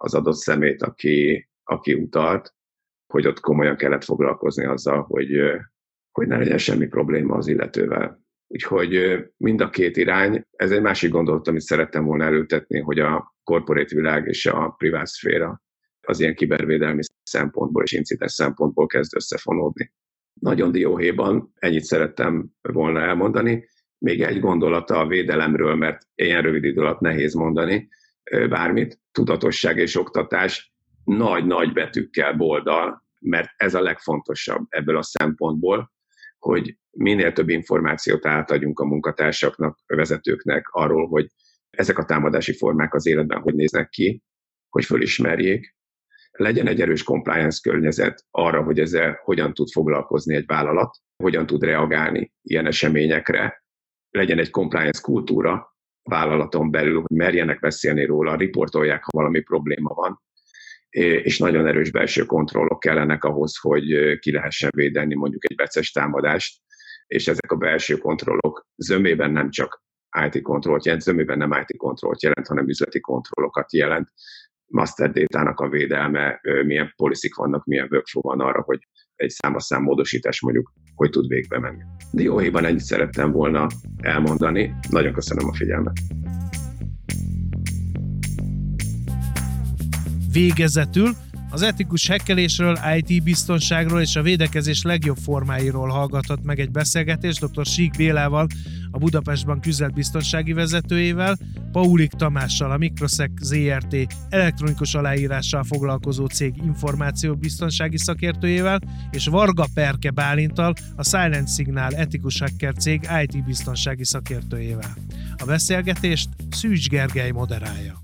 az adott szemét, aki, aki utalt, hogy ott komolyan kellett foglalkozni azzal, hogy, hogy ne legyen semmi probléma az illetővel. Úgyhogy mind a két irány, ez egy másik gondolat, amit szerettem volna előtetni, hogy a corporate világ és a privát szféra az ilyen kibervédelmi szempontból és incidens szempontból kezd összefonódni. Nagyon dióhéjban ennyit szerettem volna elmondani. Még egy gondolata a védelemről, mert ilyen rövid idő alatt nehéz mondani bármit. Tudatosság és oktatás nagy-nagy betűkkel boldal, mert ez a legfontosabb ebből a szempontból, hogy minél több információt átadjunk a munkatársaknak, a vezetőknek arról, hogy ezek a támadási formák az életben hogy néznek ki, hogy fölismerjék. Legyen egy erős compliance környezet arra, hogy ezzel hogyan tud foglalkozni egy vállalat, hogyan tud reagálni ilyen eseményekre. Legyen egy compliance kultúra a vállalaton belül, hogy merjenek beszélni róla, riportolják, ha valami probléma van, és nagyon erős belső kontrollok kellenek ahhoz, hogy ki lehessen védeni mondjuk egy becses támadást, és ezek a belső kontrollok zömében nem csak i té kontrollt jelent, zömében nem i té kontrollt jelent, hanem üzleti kontrollokat jelent. Master data-nak a védelme, milyen policy vannak, milyen workflow van arra, hogy egy számlaszám módosítás mondjuk hogy tud végbe menni. Dióhéjban ennyit szerettem volna elmondani. Nagyon köszönöm a figyelmet. Végezetül az etikus hekkelésről, i té biztonságról és a védekezés legjobb formáiról hallgathat meg egy beszélgetést dr. Sík Bélával, a Budapest Bank üzletbiztonsági vezetőjével, Paulik Tamással, a Microsec zé er té elektronikus aláírással foglalkozó cég információbiztonsági szakértőjével, és Varga Perke Bálinttal, a Silent Signal etikus hacker cég i té biztonsági szakértőjével. A beszélgetést Szűcs Gergely moderálja.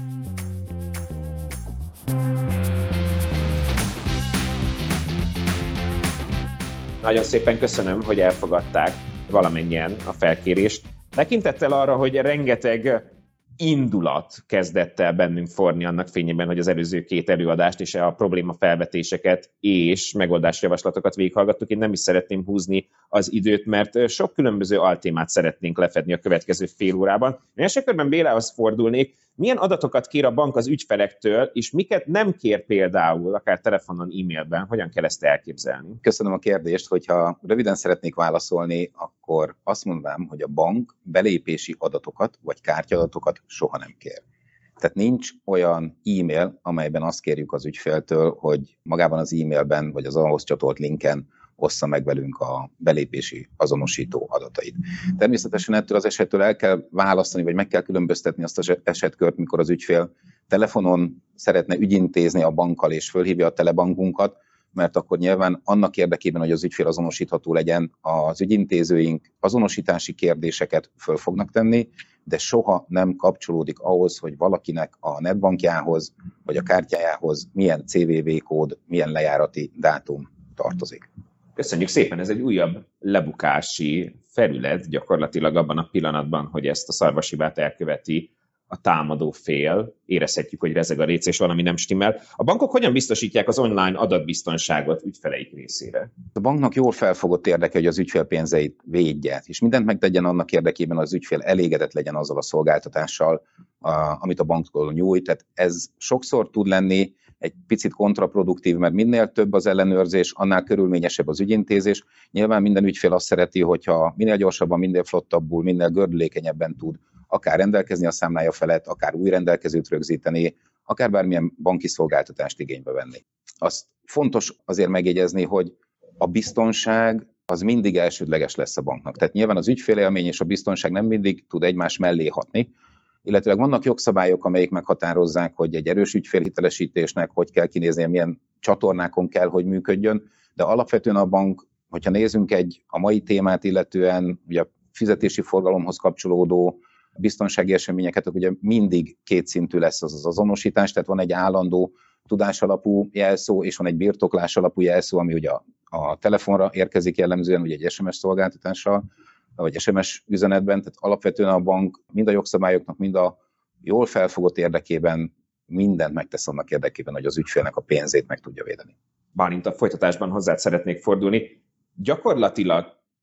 Nagyon szépen köszönöm, hogy elfogadták valamennyien a felkérést. Tekintettel arra, hogy rengeteg indulat kezdett el bennünk forni annak fényében, hogy az előző két előadást és a probléma felvetéseket és megoldásjavaslatokat végighallgattuk. Én nem is szeretném húzni az időt, mert sok különböző altémát szeretnénk lefedni a következő fél órában. Én első körben Bélához fordulnék. Milyen adatokat kér a bank az ügyfelektől, és miket nem kér például, akár telefonon, e-mailben? Hogyan kell ezt elképzelni? Köszönöm a kérdést, hogyha röviden szeretnék válaszolni, akkor azt mondanám, hogy a bank belépési adatokat vagy kártyaadatokat soha nem kér. Tehát nincs olyan e-mail, amelyben azt kérjük az ügyféltől, hogy magában az e-mailben vagy az ahhoz csatolt linken ossza meg velünk a belépési azonosító adatait. Természetesen ettől az esettől el kell választani, vagy meg kell különböztetni azt az esetkört, mikor az ügyfél telefonon szeretne ügyintézni a bankkal és fölhívja a telebankunkat, mert akkor nyilván annak érdekében, hogy az ügyfél azonosítható legyen, az ügyintézőink azonosítási kérdéseket föl fognak tenni, de soha nem kapcsolódik ahhoz, hogy valakinek a netbankjához vagy a kártyájához milyen cé vé vé kód, milyen lejárati dátum tartozik. Köszönjük szépen, ez egy újabb lebukási felület gyakorlatilag abban a pillanatban, hogy ezt a szarvashibát elköveti a támadó fél, érezhetjük, hogy rezeg a réc és valami nem stimmel. A bankok hogyan biztosítják az online adatbiztonságot ügyfeleik részére? A banknak jól felfogott érdeke, hogy az ügyfél pénzeit védje, és mindent megtegyen annak érdekében, hogy az ügyfél elégedett legyen azzal a szolgáltatással, amit a banktól nyújt. Tehát ez sokszor tud lenni egy picit kontraproduktív, mert minél több az ellenőrzés, annál körülményesebb az ügyintézés. Nyilván minden ügyfél azt szereti, hogyha minél gyorsabban, minél flottabbul, minél gördülékenyebben tud akár rendelkezni a számlája felett, akár új rendelkezőt rögzíteni, akár bármilyen banki szolgáltatást igénybe venni. Azt fontos azért megjegyezni, hogy a biztonság az mindig elsődleges lesz a banknak. Tehát nyilván az ügyfélélmény és a biztonság nem mindig tud egymás mellé hatni, illetőleg vannak jogszabályok, amelyek meghatározzák, hogy egy erős ügyfélhitelesítésnek hogy kell kinéznie, milyen csatornákon kell, hogy működjön, de alapvetően a bank, hogyha nézzünk egy a mai témát illetően, ugye a fizetési forgalomhoz kapcsolódó biztonsági eseményeket, ugye mindig kétszintű lesz az az azonosítás, tehát van egy állandó tudásalapú jelszó, és van egy birtoklás alapú jelszó, ami ugye a, a telefonra érkezik jellemzően, ugye egy es em es szolgáltatással, vagy es em es üzenetben, tehát alapvetően a bank mind a jogszabályoknak, mind a jól felfogott érdekében mindent megtesz annak érdekében, hogy az ügyfélnek a pénzét meg tudja védeni. Bálint, a folytatásban hozzád szeretnék fordulni. Gyakorlatilag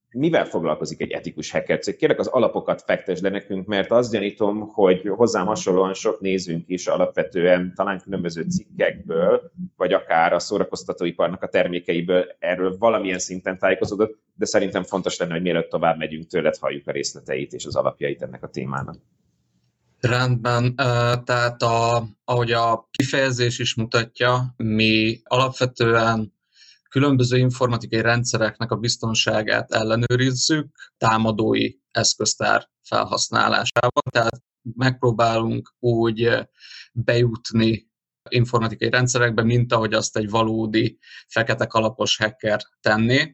mivel foglalkozik egy etikus hacker cég? Kérlek, az alapokat fektesd le nekünk, mert azt gyanítom, hogy hozzám hasonlóan sok nézőnk is alapvetően talán különböző cikkekből, vagy akár a szórakoztatóiparnak a termékeiből erről valamilyen szinten tájékozódott, de szerintem fontos lenne, hogy mielőtt tovább megyünk tőled, halljuk a részleteit és az alapjait ennek a témának. Rendben, tehát a, ahogy a kifejezés is mutatja, mi alapvetően különböző informatikai rendszereknek a biztonságát ellenőrizzük támadói eszköztár felhasználásával, tehát megpróbálunk úgy bejutni informatikai rendszerekbe, mint ahogy azt egy valódi fekete kalapos hacker tenné.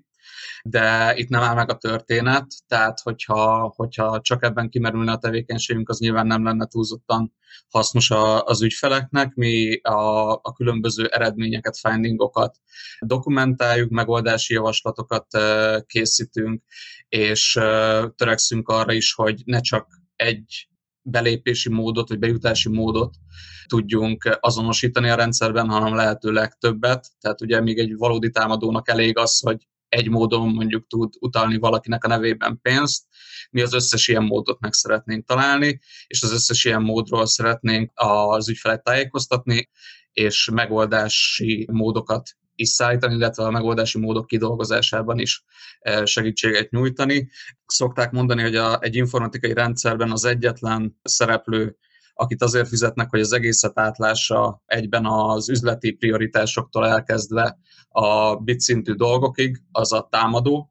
De itt nem áll meg a történet, tehát hogyha, hogyha csak ebben kimerülne a tevékenységünk, az nyilván nem lenne túlzottan hasznos a, az ügyfeleknek. Mi a, a különböző eredményeket, findingokat dokumentáljuk, megoldási javaslatokat készítünk, és törekszünk arra is, hogy ne csak egy belépési módot, vagy bejutási módot tudjunk azonosítani a rendszerben, hanem lehetőleg többet. Tehát ugye még egy valódi támadónak elég az, hogy egy módon mondjuk tud utalni valakinek a nevében pénzt, mi az összes ilyen módot meg szeretnénk találni, és az összes ilyen módról szeretnénk az ügyfelet tájékoztatni, és megoldási módokat is szállítani, illetve a megoldási módok kidolgozásában is segítséget nyújtani. Szokták mondani, hogy a, egy informatikai rendszerben az egyetlen szereplő, akit azért fizetnek, hogy az egészet átlássa egyben az üzleti prioritásoktól elkezdve a bitszintű dolgokig, az a támadó,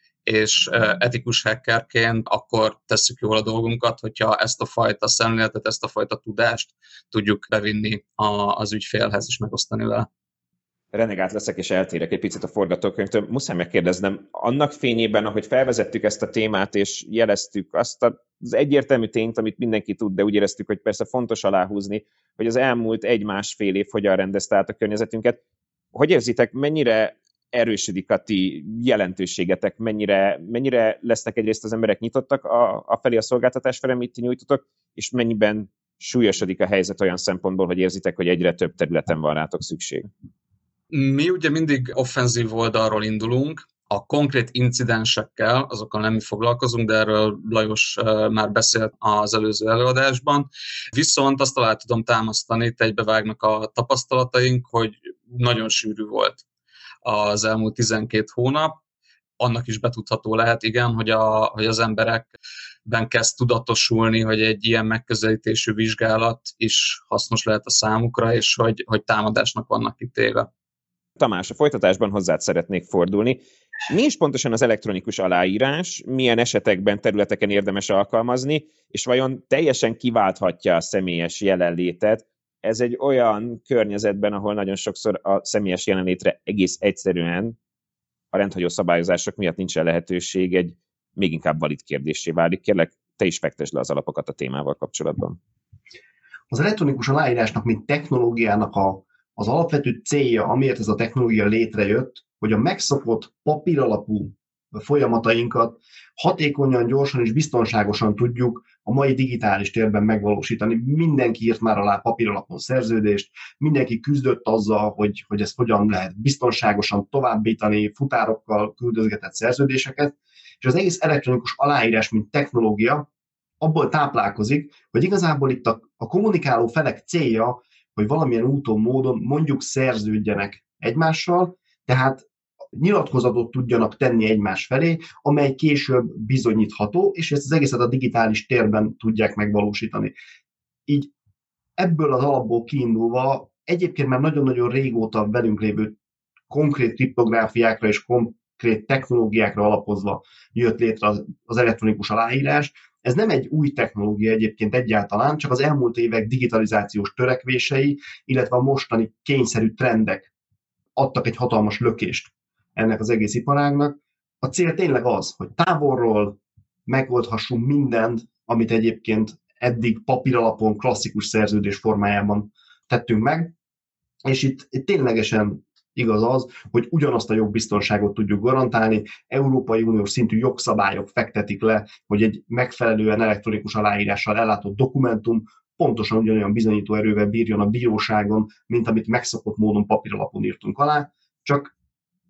és etikus hackerként akkor tesszük jól a dolgunkat, hogyha ezt a fajta szemléletet, ezt a fajta tudást tudjuk bevinni az ügyfélhez és megosztani vele. Renegát leszek és eltérek egy picit a forgatókönyvtől. Muszáj megkérdeznem, annak fényében, ahogy felvezettük ezt a témát, és jeleztük azt az egyértelmű tényt, amit mindenki tud, de úgy éreztük, hogy persze fontos aláhúzni, hogy az elmúlt egy-másfél év hogyan rendezte át a környezetünket. Hogy érzitek, mennyire erősödik a ti jelentőségetek, mennyire, mennyire lesznek egyrészt az emberek nyitottak a, a felé a szolgáltatás felé, amit ti nyújtotok, és mennyiben súlyosodik a helyzet olyan szempontból, hogy érzitek, hogy egyre több területen van rátok szükség? Mi ugye mindig offenzív oldalról indulunk, a konkrét incidensekkel, azokkal nem mi foglalkozunk, de erről Lajos már beszélt az előző előadásban. Viszont azt alá tudom támasztani, itt egybevágnak a tapasztalataink, hogy nagyon sűrű volt az elmúlt tizenkét hónap. Annak is betudható lehet, igen, hogy, a, hogy az emberekben kezd tudatosulni, hogy egy ilyen megközelítésű vizsgálat is hasznos lehet a számukra, és hogy, hogy támadásnak vannak kitéve. Tamás, a folytatásban hozzád szeretnék fordulni. Mi is pontosan az elektronikus aláírás, milyen esetekben, területeken érdemes alkalmazni, és vajon teljesen kiválthatja a személyes jelenlétet? Ez egy olyan környezetben, ahol nagyon sokszor a személyes jelenlétre egész egyszerűen a rendhagyó szabályozások miatt nincsen lehetőség, egy még inkább valid kérdéssé válik. Kérlek, te is fektesd le az alapokat a témával kapcsolatban. Az elektronikus aláírásnak, mint technológiának a Az alapvető célja, amiért ez a technológia létrejött, hogy a megszokott papíralapú folyamatainkat hatékonyan, gyorsan és biztonságosan tudjuk a mai digitális térben megvalósítani. Mindenki írt már alá papíralapon szerződést, mindenki küzdött azzal, hogy, hogy ezt hogyan lehet biztonságosan továbbítani, futárokkal küldözgetett szerződéseket, és az egész elektronikus aláírás, mint technológia, abból táplálkozik, hogy igazából itt a, a kommunikáló felek célja, hogy valamilyen úton, módon mondjuk szerződjenek egymással, tehát nyilatkozatot tudjanak tenni egymás felé, amely később bizonyítható, és ezt az egészet a digitális térben tudják megvalósítani. Így ebből az alapból kiindulva egyébként már nagyon-nagyon régóta velünk lévő konkrét kriptográfiákra és konkrét technológiákra alapozva jött létre az, az elektronikus aláírás. Ez nem egy új technológia egyébként egyáltalán, csak az elmúlt évek digitalizációs törekvései, illetve a mostani kényszerű trendek adtak egy hatalmas lökést ennek az egész iparágnak. A cél tényleg az, hogy távolról megoldhassunk mindent, amit egyébként eddig papíralapon, klasszikus szerződés formájában tettünk meg, és itt, itt ténylegesen igaz az, hogy ugyanazt a jogbiztonságot tudjuk garantálni, Európai Uniós szintű jogszabályok fektetik le, hogy egy megfelelően elektronikus aláírással ellátott dokumentum pontosan ugyanolyan bizonyító erővel bírjon a bíróságon, mint amit megszokott módon papíralapon írtunk alá, csak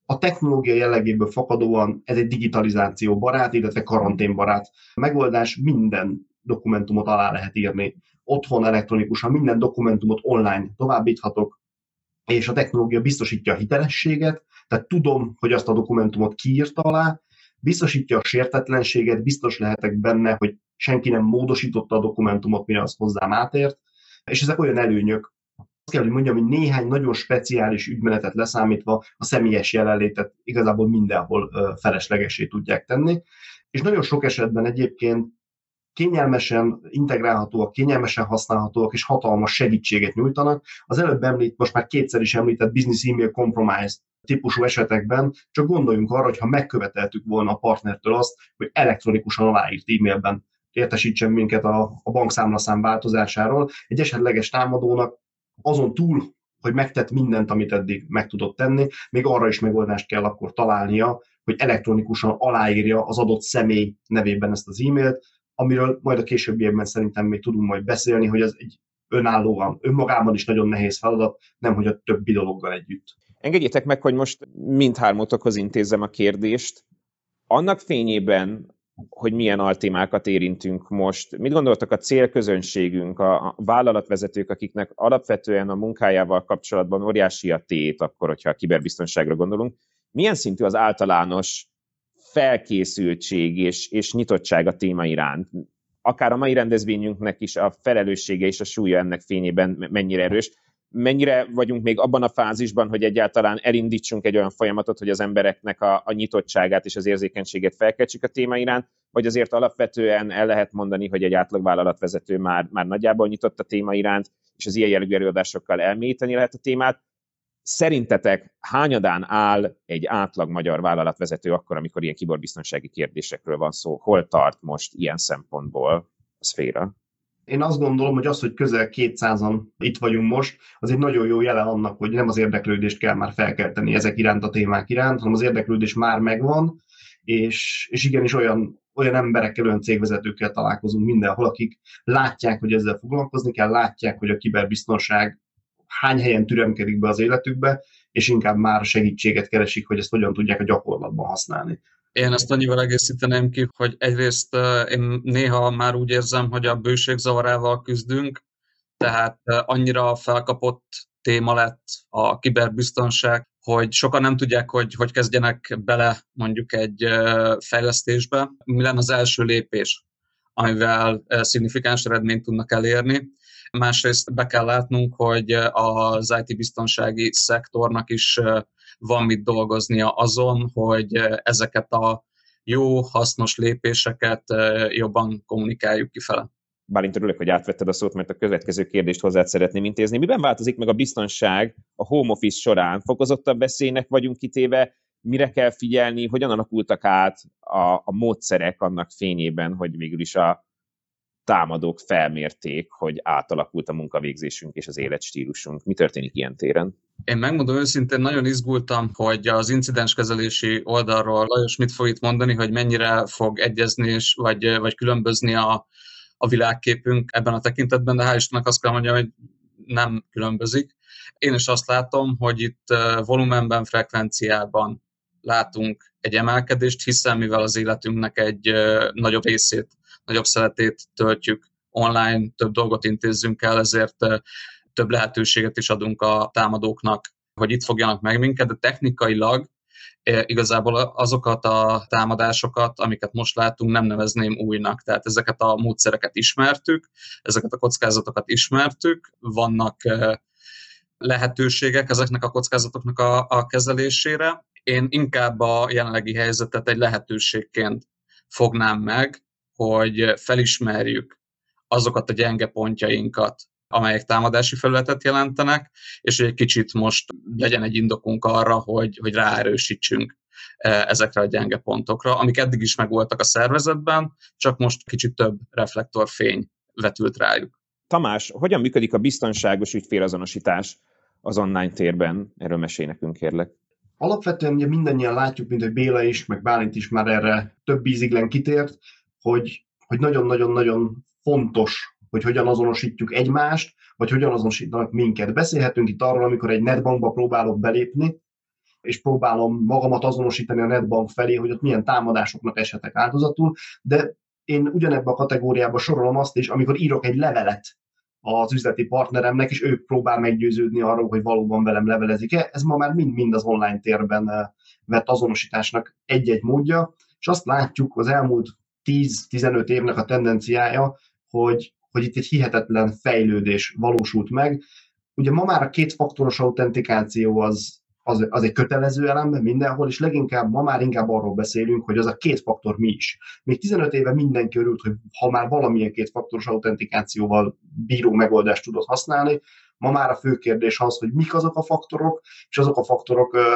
A technológia jellegéből fakadóan ez egy digitalizáció barát, illetve karanténbarát megoldás, minden dokumentumot alá lehet írni. Otthon elektronikusan minden dokumentumot online továbbíthatok, és a technológia biztosítja a hitelességet, tehát tudom, hogy azt a dokumentumot kiírta alá, biztosítja a sértetlenséget, biztos lehetek benne, hogy senki nem módosította a dokumentumot, mire az hozzám átért, és ezek olyan előnyök. Azt kell, hogy mondjam, hogy néhány nagyon speciális ügymenetet leszámítva a személyes jelenlétet igazából mindenhol feleslegessé tudják tenni, és nagyon sok esetben egyébként kényelmesen integrálhatóak, kényelmesen használhatóak, és hatalmas segítséget nyújtanak. Az előbb említ, most már kétszer is említett business email compromise típusú esetekben csak gondoljunk arra, hogy ha megköveteltük volna a partnertől azt, hogy elektronikusan aláírt e-mailben értesítsen minket a, a bankszámlaszám változásáról, egy esetleges támadónak azon túl, hogy megtett mindent, amit eddig meg tudott tenni, még arra is megoldást kell akkor találnia, hogy elektronikusan aláírja az adott személy nevében ezt az e-mailt, amiről majd a későbbiekben szerintem még tudunk majd beszélni, hogy ez egy önállóan, önmagában is nagyon nehéz feladat, nemhogy a többi dologgal együtt. Engedjétek meg, hogy most mindhármótokhoz intézzem a kérdést. Annak fényében, hogy milyen altémákat érintünk most, mit gondoltak a célközönségünk, a vállalatvezetők, akiknek alapvetően a munkájával kapcsolatban óriási a tét, akkor, hogyha a kiberbiztonságra gondolunk, milyen szintű az általános felkészültség és, és nyitottság a téma iránt? Akár a mai rendezvényünknek is a felelőssége és a súlya ennek fényében mennyire erős. Mennyire vagyunk még abban a fázisban, hogy egyáltalán elindítsunk egy olyan folyamatot, hogy az embereknek a, a nyitottságát és az érzékenységet felkeltsük a téma iránt, vagy azért alapvetően el lehet mondani, hogy egy átlagvállalatvezető már, már nagyjából nyitott a téma iránt, és az ilyen jellegű előadásokkal elmélyíteni lehet a témát. Szerintetek hányadán áll egy átlag magyar vállalatvezető akkor, amikor ilyen kiberbiztonsági kérdésekről van szó? Hol tart most ilyen szempontból a szféra? Én azt gondolom, hogy az, hogy közel kétszázan itt vagyunk most, az egy nagyon jó jele annak, hogy nem az érdeklődést kell már felkelteni ezek iránt, a témák iránt, hanem az érdeklődés már megvan, és, és igenis olyan, olyan emberekkel, olyan cégvezetőkkel találkozunk mindenhol, akik látják, hogy ezzel foglalkozni kell, látják, hogy a kiberbiztonság hány helyen türemkedik be az életükbe, és inkább már segítséget keresik, hogy ezt hogyan tudják a gyakorlatban használni. Én ezt annyival egészíteném ki, hogy egyrészt én néha már úgy érzem, hogy a bőség zavarával küzdünk, tehát annyira felkapott téma lett a kiberbiztonság, hogy sokan nem tudják, hogy hogy kezdjenek bele mondjuk egy fejlesztésbe. Mi lenne az első lépés, amivel szignifikáns eredményt tudnak elérni. Másrészt be kell látnunk, hogy az í té-biztonsági szektornak is van mit dolgoznia azon, hogy ezeket a jó, hasznos lépéseket jobban kommunikáljuk kifele. Bálint, örülök, hogy átvetted a szót, mert a következő kérdést hozzád szeretném intézni. Miben változik meg a biztonság a home office során? Fokozottabb veszélynek vagyunk kitéve? Mire kell figyelni? Hogyan alakultak át a, a módszerek annak fényében, hogy végül is a támadók felmérték, hogy átalakult a munkavégzésünk és az életstílusunk? Mi történik ilyen téren? Én megmondom őszintén, nagyon izgultam, hogy az incidenskezelési oldalról Lajos mit fog itt mondani, hogy mennyire fog egyezni és, vagy, vagy különbözni a, a világképünk ebben a tekintetben, de hál' Istennek azt kell mondjam, hogy nem különbözik. Én is azt látom, hogy itt volumenben, frekvenciában látunk egy emelkedést, hiszen mivel az életünknek egy nagyobb részét, nagyobb szeletét töltjük online, több dolgot intézzünk el, ezért több lehetőséget is adunk a támadóknak, hogy itt fogjanak meg minket, de technikailag igazából azokat a támadásokat, amiket most látunk, nem nevezném újnak. Tehát ezeket a módszereket ismertük, ezeket a kockázatokat ismertük, vannak lehetőségek ezeknek a kockázatoknak a, a kezelésére. Én inkább a jelenlegi helyzetet egy lehetőségként fognám meg, hogy felismerjük azokat a gyenge pontjainkat, amelyek támadási felületet jelentenek, és hogy egy kicsit most legyen egy indokunk arra, hogy, hogy ráerősítsünk ezekre a gyenge pontokra, amik eddig is megvoltak a szervezetben, csak most kicsit több reflektorfény vetült rájuk. Tamás, hogyan működik a biztonságos ügyfélazonosítás az online térben? Erről mesélj nekünk, kérlek. Alapvetően ugye mindannyian látjuk, mint hogy Béla is, meg Bálint is már erre több íziglen kitért, hogy, hogy nagyon-nagyon-nagyon fontos, hogy hogyan azonosítjuk egymást, vagy hogyan azonosítanak minket. Beszélhetünk itt arról, amikor egy netbankba próbálok belépni, és próbálom magamat azonosítani a netbank felé, hogy ott milyen támadásoknak eshetek áldozatul, de én ugyanebben a kategóriába sorolom azt is, amikor írok egy levelet az üzleti partneremnek, és ő próbál meggyőződni arról, hogy valóban velem levelezik-e. Ez ma már mind-mind az online térben vett azonosításnak egy-egy módja, és azt látjuk az elmúlt tíz-tizenöt évnek a tendenciája, hogy, hogy itt egy hihetetlen fejlődés valósult meg. Ugye ma már a kétfaktoros autentikáció az, az, az egy kötelező elem mindenhol, és leginkább ma már inkább arról beszélünk, hogy az a két faktor mi is. Még tizenöt éve mindenki örült, hogy ha már valamilyen kétfaktoros autentikációval bíró megoldást tudod használni, ma már a fő kérdés az, hogy mik azok a faktorok, és azok a faktorok uh,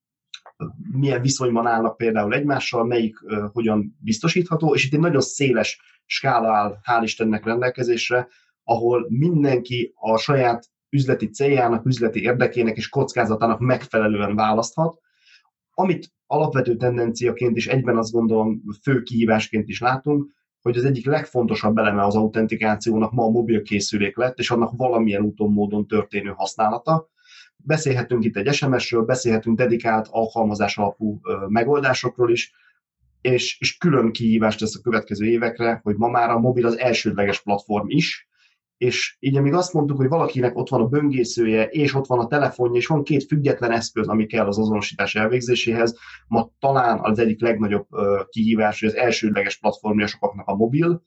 milyen viszonyban állnak például egymással, melyik uh, hogyan biztosítható, és itt egy nagyon széles skála áll, hál' Istennek rendelkezésre, ahol mindenki a saját üzleti céljának, üzleti érdekének és kockázatának megfelelően választhat. Amit alapvető tendenciaként is egyben azt gondolom fő kihívásként is látunk, hogy az egyik legfontosabb eleme az autentikációnak ma a mobilkészülék lett, és annak valamilyen úton, módon történő használata. Beszélhetünk itt egy es em es-ről, beszélhetünk dedikált alkalmazás alapú megoldásokról is, és, és külön kihívást lesz a következő évekre, hogy ma már a mobil az elsődleges platform is, és így amíg azt mondtuk, hogy valakinek ott van a böngészője, és ott van a telefonja, és van két független eszköz, ami kell az azonosítás elvégzéséhez, ma talán az egyik legnagyobb kihívás, hogy az elsődleges platformja sokaknak a mobil,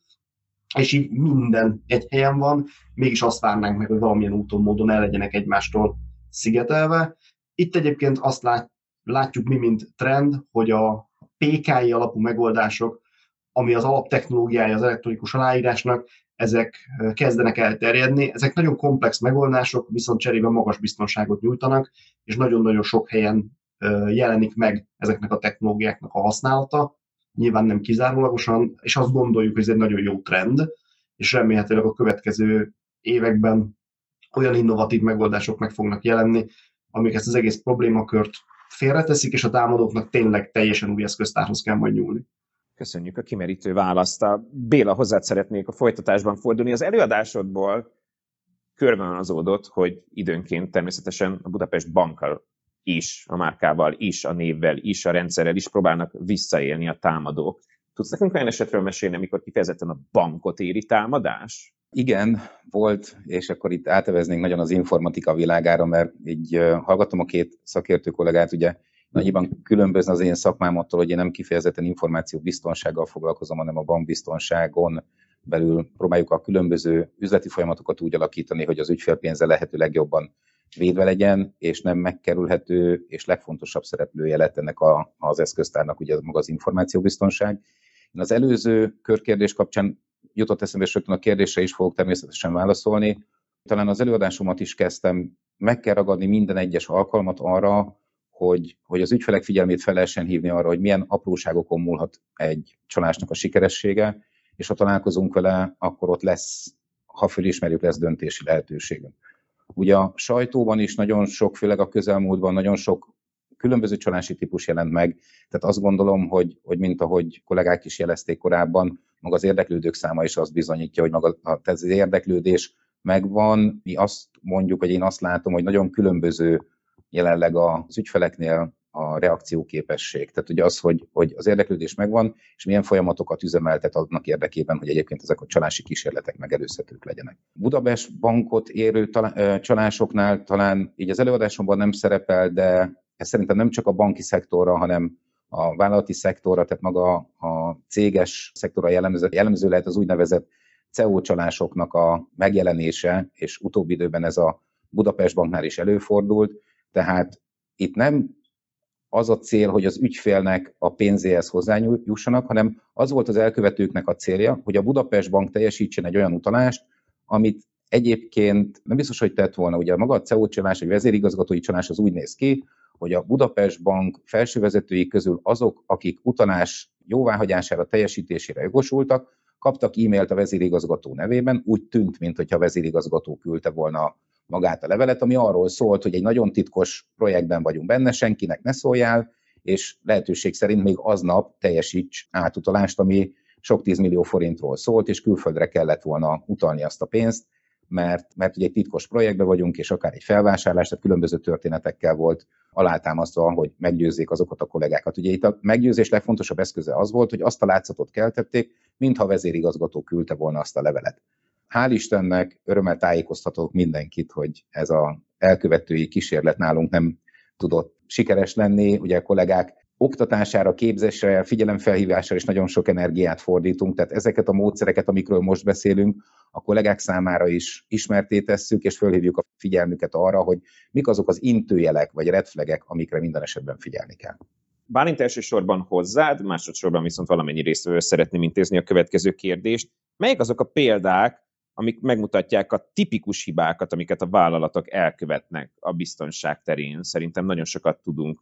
és így minden egy helyen van, mégis azt várnánk meg, hogy valamilyen úton, módon el legyenek egymástól szigetelve. Itt egyébként azt lát, látjuk mi, mint trend, hogy a pé ká i alapú megoldások, ami az alaptechnológiája az elektronikus aláírásnak, ezek kezdenek elterjedni. Ezek nagyon komplex megoldások, viszont cserébe magas biztonságot nyújtanak, és nagyon-nagyon sok helyen jelenik meg ezeknek a technológiáknak a használata. Nyilván nem kizárólagosan, és azt gondoljuk, hogy ez egy nagyon jó trend, és remélhetőleg a következő években olyan innovatív megoldások meg fognak jelenni, amik ezt az egész problémakört félreteszik, és a támadóknak tényleg teljesen új eszköztárhoz kell majd nyúlni. Köszönjük a kimerítő választ. Béla, hozzád szeretnék a folytatásban fordulni. Az előadásodból körvonalazódott, hogy időnként természetesen a Budapest Bankkal is, a márkával is, a névvel is, a rendszerrel is próbálnak visszaélni a támadók. Tudsz nekünk olyan esetről mesélni, amikor kifejezetten a bankot éri támadás? Igen, volt, és akkor itt áteveznénk nagyon az informatika világára, mert így hallgattam a két szakértő kollégát, ugye nagyban különbözne az én szakmám attól, hogy én nem kifejezetten információbiztonsággal foglalkozom, hanem a bankbiztonságon belül próbáljuk a különböző üzleti folyamatokat úgy alakítani, hogy az ügyfélpénze lehető legjobban védve legyen, és nem megkerülhető, és legfontosabb szereplője lett ennek a, az eszköztárnak ugye maga az információbiztonság. Én az előző körkérdés kapcsán jutott eszembe, és rögtön a kérdésre is fogok természetesen válaszolni. Talán az előadásomat is kezdtem, meg kell ragadni minden egyes alkalmat arra, hogy, hogy az ügyfelek figyelmét fel lehessen hívni arra, hogy milyen apróságokon múlhat egy csalásnak a sikeressége, és ha találkozunk vele, akkor ott lesz, ha fölismerjük, lesz döntési lehetőségünk. Ugye a sajtóban is nagyon sok, főleg a közelmúltban nagyon sok különböző csalási típus jelent meg, tehát azt gondolom, hogy, hogy mint ahogy kollégák is jelezték korábban, maga az érdeklődők száma is azt bizonyítja, hogy maga az érdeklődés megvan. Mi azt mondjuk, hogy én azt látom, hogy nagyon különböző jelenleg az ügyfeleknél a reakcióképesség. Tehát ugye az, hogy, hogy az érdeklődés megvan, és milyen folyamatokat üzemeltet annak érdekében, hogy egyébként ezek a csalási kísérletek megelőzhetők legyenek. Budapest Bankot érő talá- csalásoknál talán így az előadásomban nem szerepel, de ez szerintem nem csak a banki szektorra, hanem a vállalati szektorra, tehát maga a céges szektorra jellemző, jellemző lehet az úgynevezett cé e o csalásoknak a megjelenése, és utóbbi időben ez a Budapest Banknál is előfordult. Tehát itt nem az a cél, hogy az ügyfélnek a pénzéhez hozzájussanak, hanem az volt az elkövetőknek a célja, hogy a Budapest Bank teljesítsen egy olyan utalást, amit egyébként nem biztos, hogy tett volna. Ugye maga a cé e o csalás, vagy vezérigazgatói csalás az úgy néz ki, hogy a Budapest Bank felsővezetői közül azok, akik utalás jóváhagyására, teljesítésére jogosultak, kaptak e-mailt a vezérigazgató nevében, úgy tűnt, mintha a vezérigazgató küldte volna magát a levelet, ami arról szólt, hogy egy nagyon titkos projektben vagyunk benne, senkinek ne szóljál, és lehetőség szerint még aznap teljesíts átutalást, ami sok tízmillió forintról szólt, és külföldre kellett volna utalni azt a pénzt, mert, mert ugye egy titkos projektben vagyunk, és akár egy felvásárlás, tehát különböző történetekkel volt alátámasztva, hogy meggyőzzék azokat a kollégákat. Ugye itt a meggyőzés legfontosabb eszköze az volt, hogy azt a látszatot keltették, mintha a vezérigazgató küldte volna azt a levelet. Hál' Istennek örömmel tájékoztatok mindenkit, hogy ez az elkövetői kísérlet nálunk nem tudott sikeres lenni. Ugye a kollégák oktatására, képzésre, figyelemfelhívásra is nagyon sok energiát fordítunk, tehát ezeket a módszereket, amikről most beszélünk, a kollégák számára is ismerté tesszük, és fölhívjuk a figyelmüket arra, hogy mik azok az intőjelek vagy red flagek, amikre minden esetben figyelni kell. Bálint, elsősorban hozzád, másodszorban viszont valamennyi résztvevő szeretném intézni a következő kérdést. Melyek azok a példák, amik megmutatják a tipikus hibákat, amiket a vállalatok elkövetnek a biztonság terén? Szerintem nagyon sokat tudunk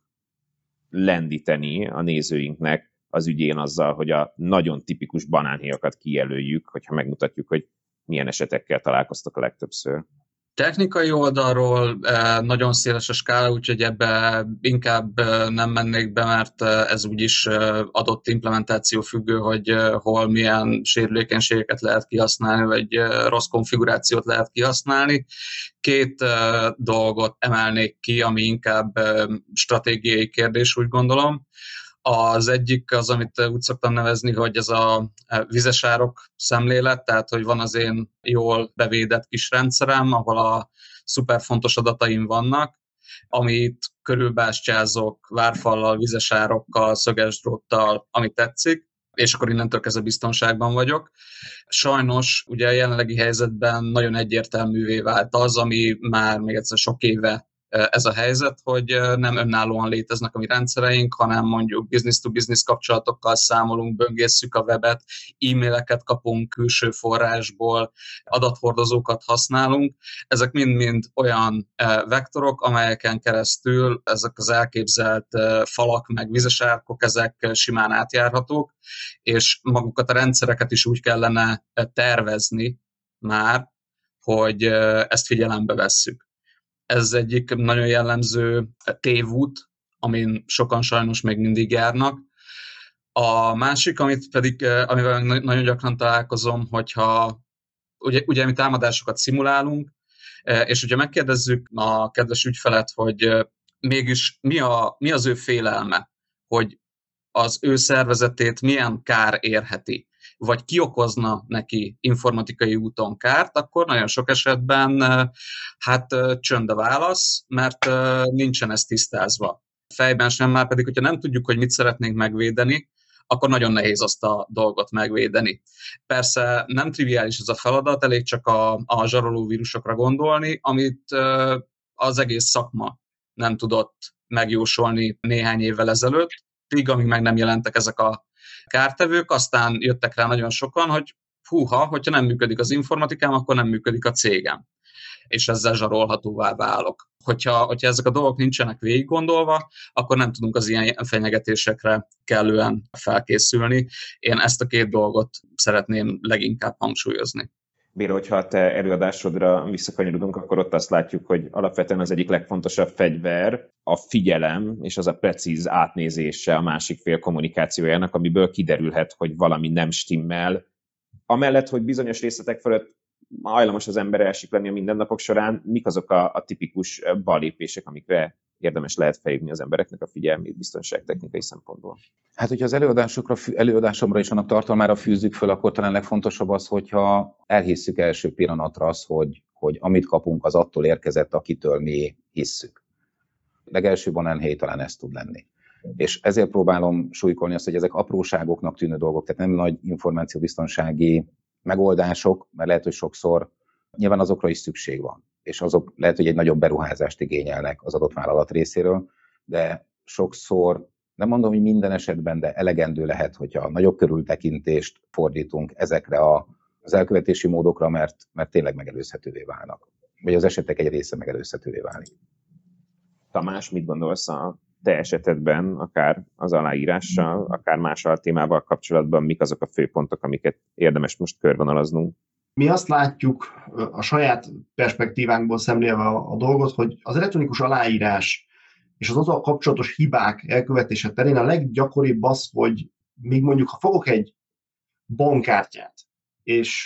lendíteni a nézőinknek az ügyén azzal, hogy a nagyon tipikus banánhéjakat kijelöljük, hogyha megmutatjuk, hogy milyen esetekkel találkoztak a legtöbbször. Technikai oldalról nagyon széles a skála, úgyhogy ebbe inkább nem mennék be, mert ez úgyis adott implementáció függő, hogy hol milyen sérülékenységeket lehet kihasználni, vagy rossz konfigurációt lehet kihasználni. Két dolgot emelnék ki, ami inkább stratégiai kérdés, úgy gondolom. Az egyik az, amit úgy szoktam nevezni, hogy ez a vizesárok szemlélet, tehát hogy van az én jól bevédett kis rendszerem, ahol a szuper fontos adataim vannak, amit körülbástyázok várfallal, vizesárokkal, szöges dróttal, ami tetszik, és akkor innentől kezdve biztonságban vagyok. Sajnos ugye a jelenlegi helyzetben nagyon egyértelművé vált az, ami már még egyszer sok éve ez a helyzet, hogy nem önállóan léteznek a mi rendszereink, hanem mondjuk business-to-business kapcsolatokkal számolunk, böngészszük a webet, e-maileket kapunk külső forrásból, adathordozókat használunk. Ezek mind-mind olyan vektorok, amelyeken keresztül ezek az elképzelt falak, meg vizesárkok, ezek simán átjárhatók, és magukat a rendszereket is úgy kellene tervezni már, hogy ezt figyelembe vesszük. Ez egyik nagyon jellemző tévút, amin sokan sajnos még mindig járnak. A másik, amit pedig, amivel nagyon gyakran találkozom, hogyha ugye, ugye mi támadásokat szimulálunk, és ugye megkérdezzük a kedves ügyfelet, hogy mégis mi, a, mi az ő félelme, hogy az ő szervezetét milyen kár érheti, vagy ki okozna neki informatikai úton kárt, akkor nagyon sok esetben hát csönd a válasz, mert nincsen ez tisztázva. Fejben sem, már pedig, hogyha nem tudjuk, hogy mit szeretnénk megvédeni, akkor nagyon nehéz azt a dolgot megvédeni. Persze nem triviális ez a feladat, elég csak a, a zsaroló vírusokra gondolni, amit az egész szakma nem tudott megjósolni néhány évvel ezelőtt, így amíg meg nem jelentek ezek a kártevők, aztán jöttek rá nagyon sokan, hogy húha, hogyha nem működik az informatikám, akkor nem működik a cégem. És ezzel zsarolhatóvá válok. Hogyha, hogyha ezek a dolgok nincsenek végig gondolva, akkor nem tudunk az ilyen fenyegetésekre kellően felkészülni. Én ezt a két dolgot szeretném leginkább hangsúlyozni. Béla, hogyha a te előadásodra visszakanyarodunk, akkor ott azt látjuk, hogy alapvetően az egyik legfontosabb fegyver a figyelem, és az a precíz átnézése a másik fél kommunikációjának, amiből kiderülhet, hogy valami nem stimmel. Amellett, hogy bizonyos részletek fölött hajlamos az ember elsiklani a mindennapok során, mik azok a, a tipikus ballépések, amikre érdemes lehet felhívni az embereknek a figyelmét biztonságtechnikai szempontból? Hát, hogyha az előadásokra, előadásomra és annak tartalmára fűzzük föl, akkor talán legfontosabb az, hogyha elhisszük első pillanatra az, hogy, hogy amit kapunk, az attól érkezett, akitől mi hisszük. Legelső banánhéj talán ez tud lenni. És ezért próbálom súlykolni azt, hogy ezek apróságoknak tűnő dolgok, tehát nem nagy információbiztonsági megoldások, mert lehet, hogy sokszor nyilván azokra is szükség van, és azok lehet, hogy egy nagyobb beruházást igényelnek az adott vállalat részéről, de sokszor, nem mondom, hogy minden esetben, de elegendő lehet, hogyha nagyobb körültekintést fordítunk ezekre a, az elkövetési módokra, mert, mert tényleg megelőzhetővé válnak, vagy az esetek egy része megelőzhetővé válik. Tamás, mit gondolsz a te esetedben, akár az aláírással, akár más témával kapcsolatban, mik azok a főpontok, amiket érdemes most körvonalaznunk? Mi azt látjuk a saját perspektívánkból szemlélve a, a dolgot, hogy az elektronikus aláírás és az azzal kapcsolatos hibák elkövetése terén a leggyakoribb az, hogy még mondjuk, ha fogok egy bankkártyát, és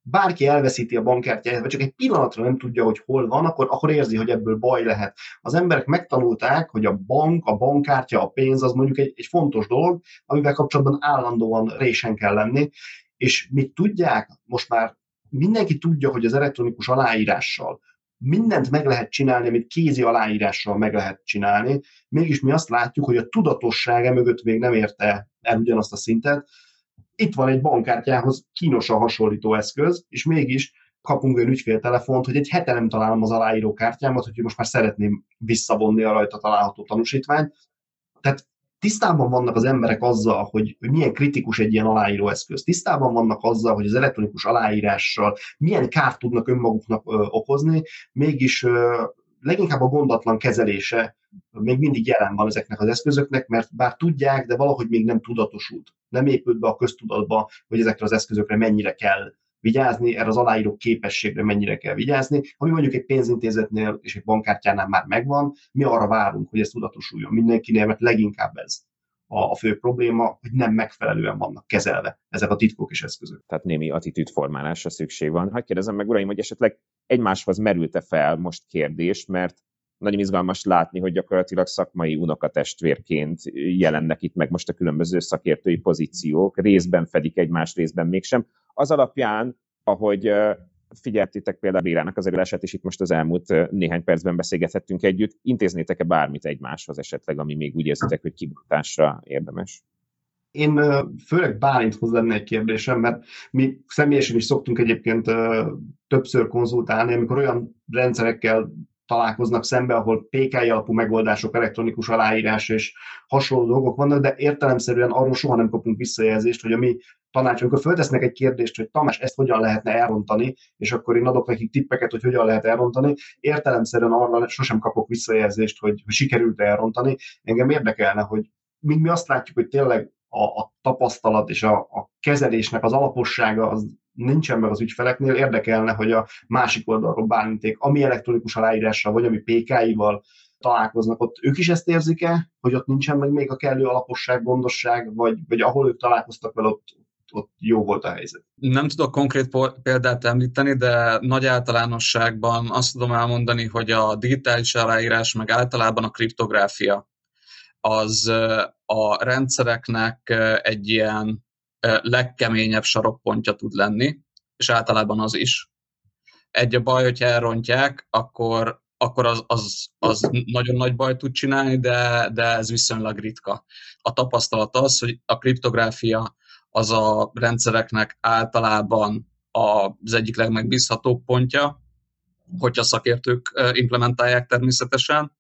bárki elveszíti a bankkártyáját, vagy csak egy pillanatra nem tudja, hogy hol van, akkor, akkor érzi, hogy ebből baj lehet. Az emberek megtanulták, hogy a bank, a bankkártya, a pénz az mondjuk egy, egy fontos dolog, amivel kapcsolatban állandóan résen kell lenni, és még tudják, most már mindenki tudja, hogy az elektronikus aláírással mindent meg lehet csinálni, amit kézi aláírással meg lehet csinálni, mégis mi azt látjuk, hogy a tudatossága mögött még nem érte el ugyanazt a szintet. Itt van egy bankkártyához kínosan hasonlító eszköz, és mégis kapunk olyan ügyféltelefont, hogy egy hete nem találom az aláíró kártyámat, hogy most már szeretném visszavonni a rajta található tanúsítványt. Tehát tisztában vannak az emberek azzal, hogy, hogy milyen kritikus egy ilyen aláíró eszköz. Tisztában vannak azzal, hogy az elektronikus aláírással milyen kárt tudnak önmaguknak ö, okozni, mégis ö, leginkább a gondatlan kezelése még mindig jelen van ezeknek az eszközöknek, mert bár tudják, de valahogy még nem tudatosult. Nem épült be a köztudatba, hogy ezekre az eszközökre mennyire kell vigyázni, erre az aláíró képességre mennyire kell vigyázni, ami mondjuk egy pénzintézetnél és egy bankkártyánál már megvan, mi arra várunk, hogy ez tudatosuljon mindenkinél, mert leginkább ez a, a fő probléma, hogy nem megfelelően vannak kezelve ezek a titkok és eszközök. Tehát némi attitűdformálásra szükség van. Hadd kérdezem meg, uraim, hogy esetleg egymáshoz merült-e fel most kérdés, mert nagyon izgalmas látni, hogy gyakorlatilag szakmai unokatestvérként jelennek itt meg most a különböző szakértői pozíciók, részben fedik egymást, részben mégsem. Az alapján, ahogy figyeltétek például Bélának az előadását, és itt most az elmúlt néhány percben beszélgethettünk együtt, intéznétek-e bármit egymáshoz esetleg, ami még úgy érzitek, hogy kibontásra érdemes? Én főleg Bálinthoz lenne egy kérdésem, mert mi személyesen is szoktunk egyébként többször konzultálni, amikor olyan rendszerekkel találkoznak szembe, ahol pé ká i alapú megoldások, elektronikus aláírás és hasonló dolgok vannak, de értelemszerűen arról soha nem kapunk visszajelzést, hogy a mi tanács, amikor föltesznek egy kérdést, hogy Tamás, ezt hogyan lehetne elrontani, és akkor én adok nekik tippeket, hogy hogyan lehet elrontani, értelemszerűen arra sosem kapok visszajelzést, hogy, hogy sikerült elrontani. Engem érdekelne, hogy míg mi azt látjuk, hogy tényleg a, a tapasztalat és a, a kezelésnek az alapossága az nincsen meg az ügyfeleknél, érdekelne, hogy a másik oldalról Bálinték, ami elektronikus aláírással, vagy ami pé ká i-val találkoznak, ott ők is ezt érzik-e, hogy ott nincsen meg még a kellő alaposság, gondosság, vagy, vagy ahol ők találkoztak vele, ott, ott jó volt a helyzet? Nem tudok konkrét példát említeni, de nagy általánosságban azt tudom elmondani, hogy a digitális aláírás, meg általában a kriptográfia, az a rendszereknek egy ilyen legkeményebb sarokpontja tud lenni, és általában az is. Egy a baj, hogyha elrontják, akkor, akkor az, az, az nagyon nagy bajt tud csinálni, de, de ez viszonylag ritka. A tapasztalat az, hogy a kriptográfia az a rendszereknek általában az egyik legmegbízhatóbb pontja, hogyha szakértők implementálják természetesen.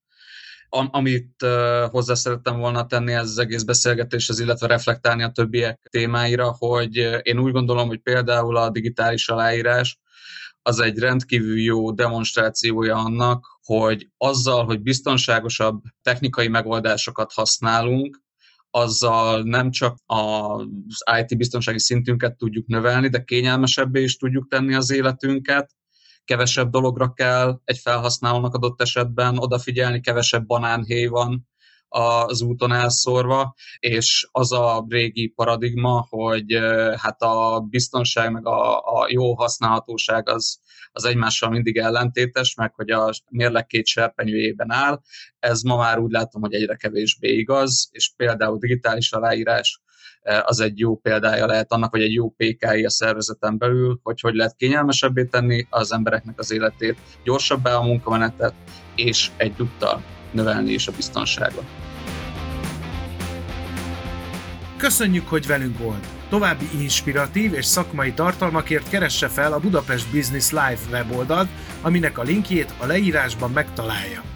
Amit uh, hozzá szerettem volna tenni ez az egész beszélgetéshez, illetve reflektálni a többiek témáira, hogy én úgy gondolom, hogy például a digitális aláírás az egy rendkívül jó demonstrációja annak, hogy azzal, hogy biztonságosabb technikai megoldásokat használunk, azzal nem csak az i té biztonsági szintünket tudjuk növelni, de kényelmesebbé is tudjuk tenni az életünket, kevesebb dologra kell egy felhasználónak adott esetben odafigyelni, kevesebb banánhéj van az úton elszórva, és az a régi paradigma, hogy hát a biztonság meg a, a jó használhatóság az, az egymással mindig ellentétes, meg hogy a mérleg két serpenyőjében áll. Ez ma már úgy látom, hogy egyre kevésbé igaz, és például digitális aláírás az egy jó példája lehet annak, hogy egy jó pé ká i a szervezeten belül, hogy hogy lehet kényelmesebbé tenni az embereknek az életét, gyorsabbá a munkamenetet, és egyúttal növelni is a biztonságot. Köszönjük, hogy velünk volt! További inspiratív és szakmai tartalmakért keresse fel a Budapest Business Live weboldalt, aminek a linkjét a leírásban megtalálja.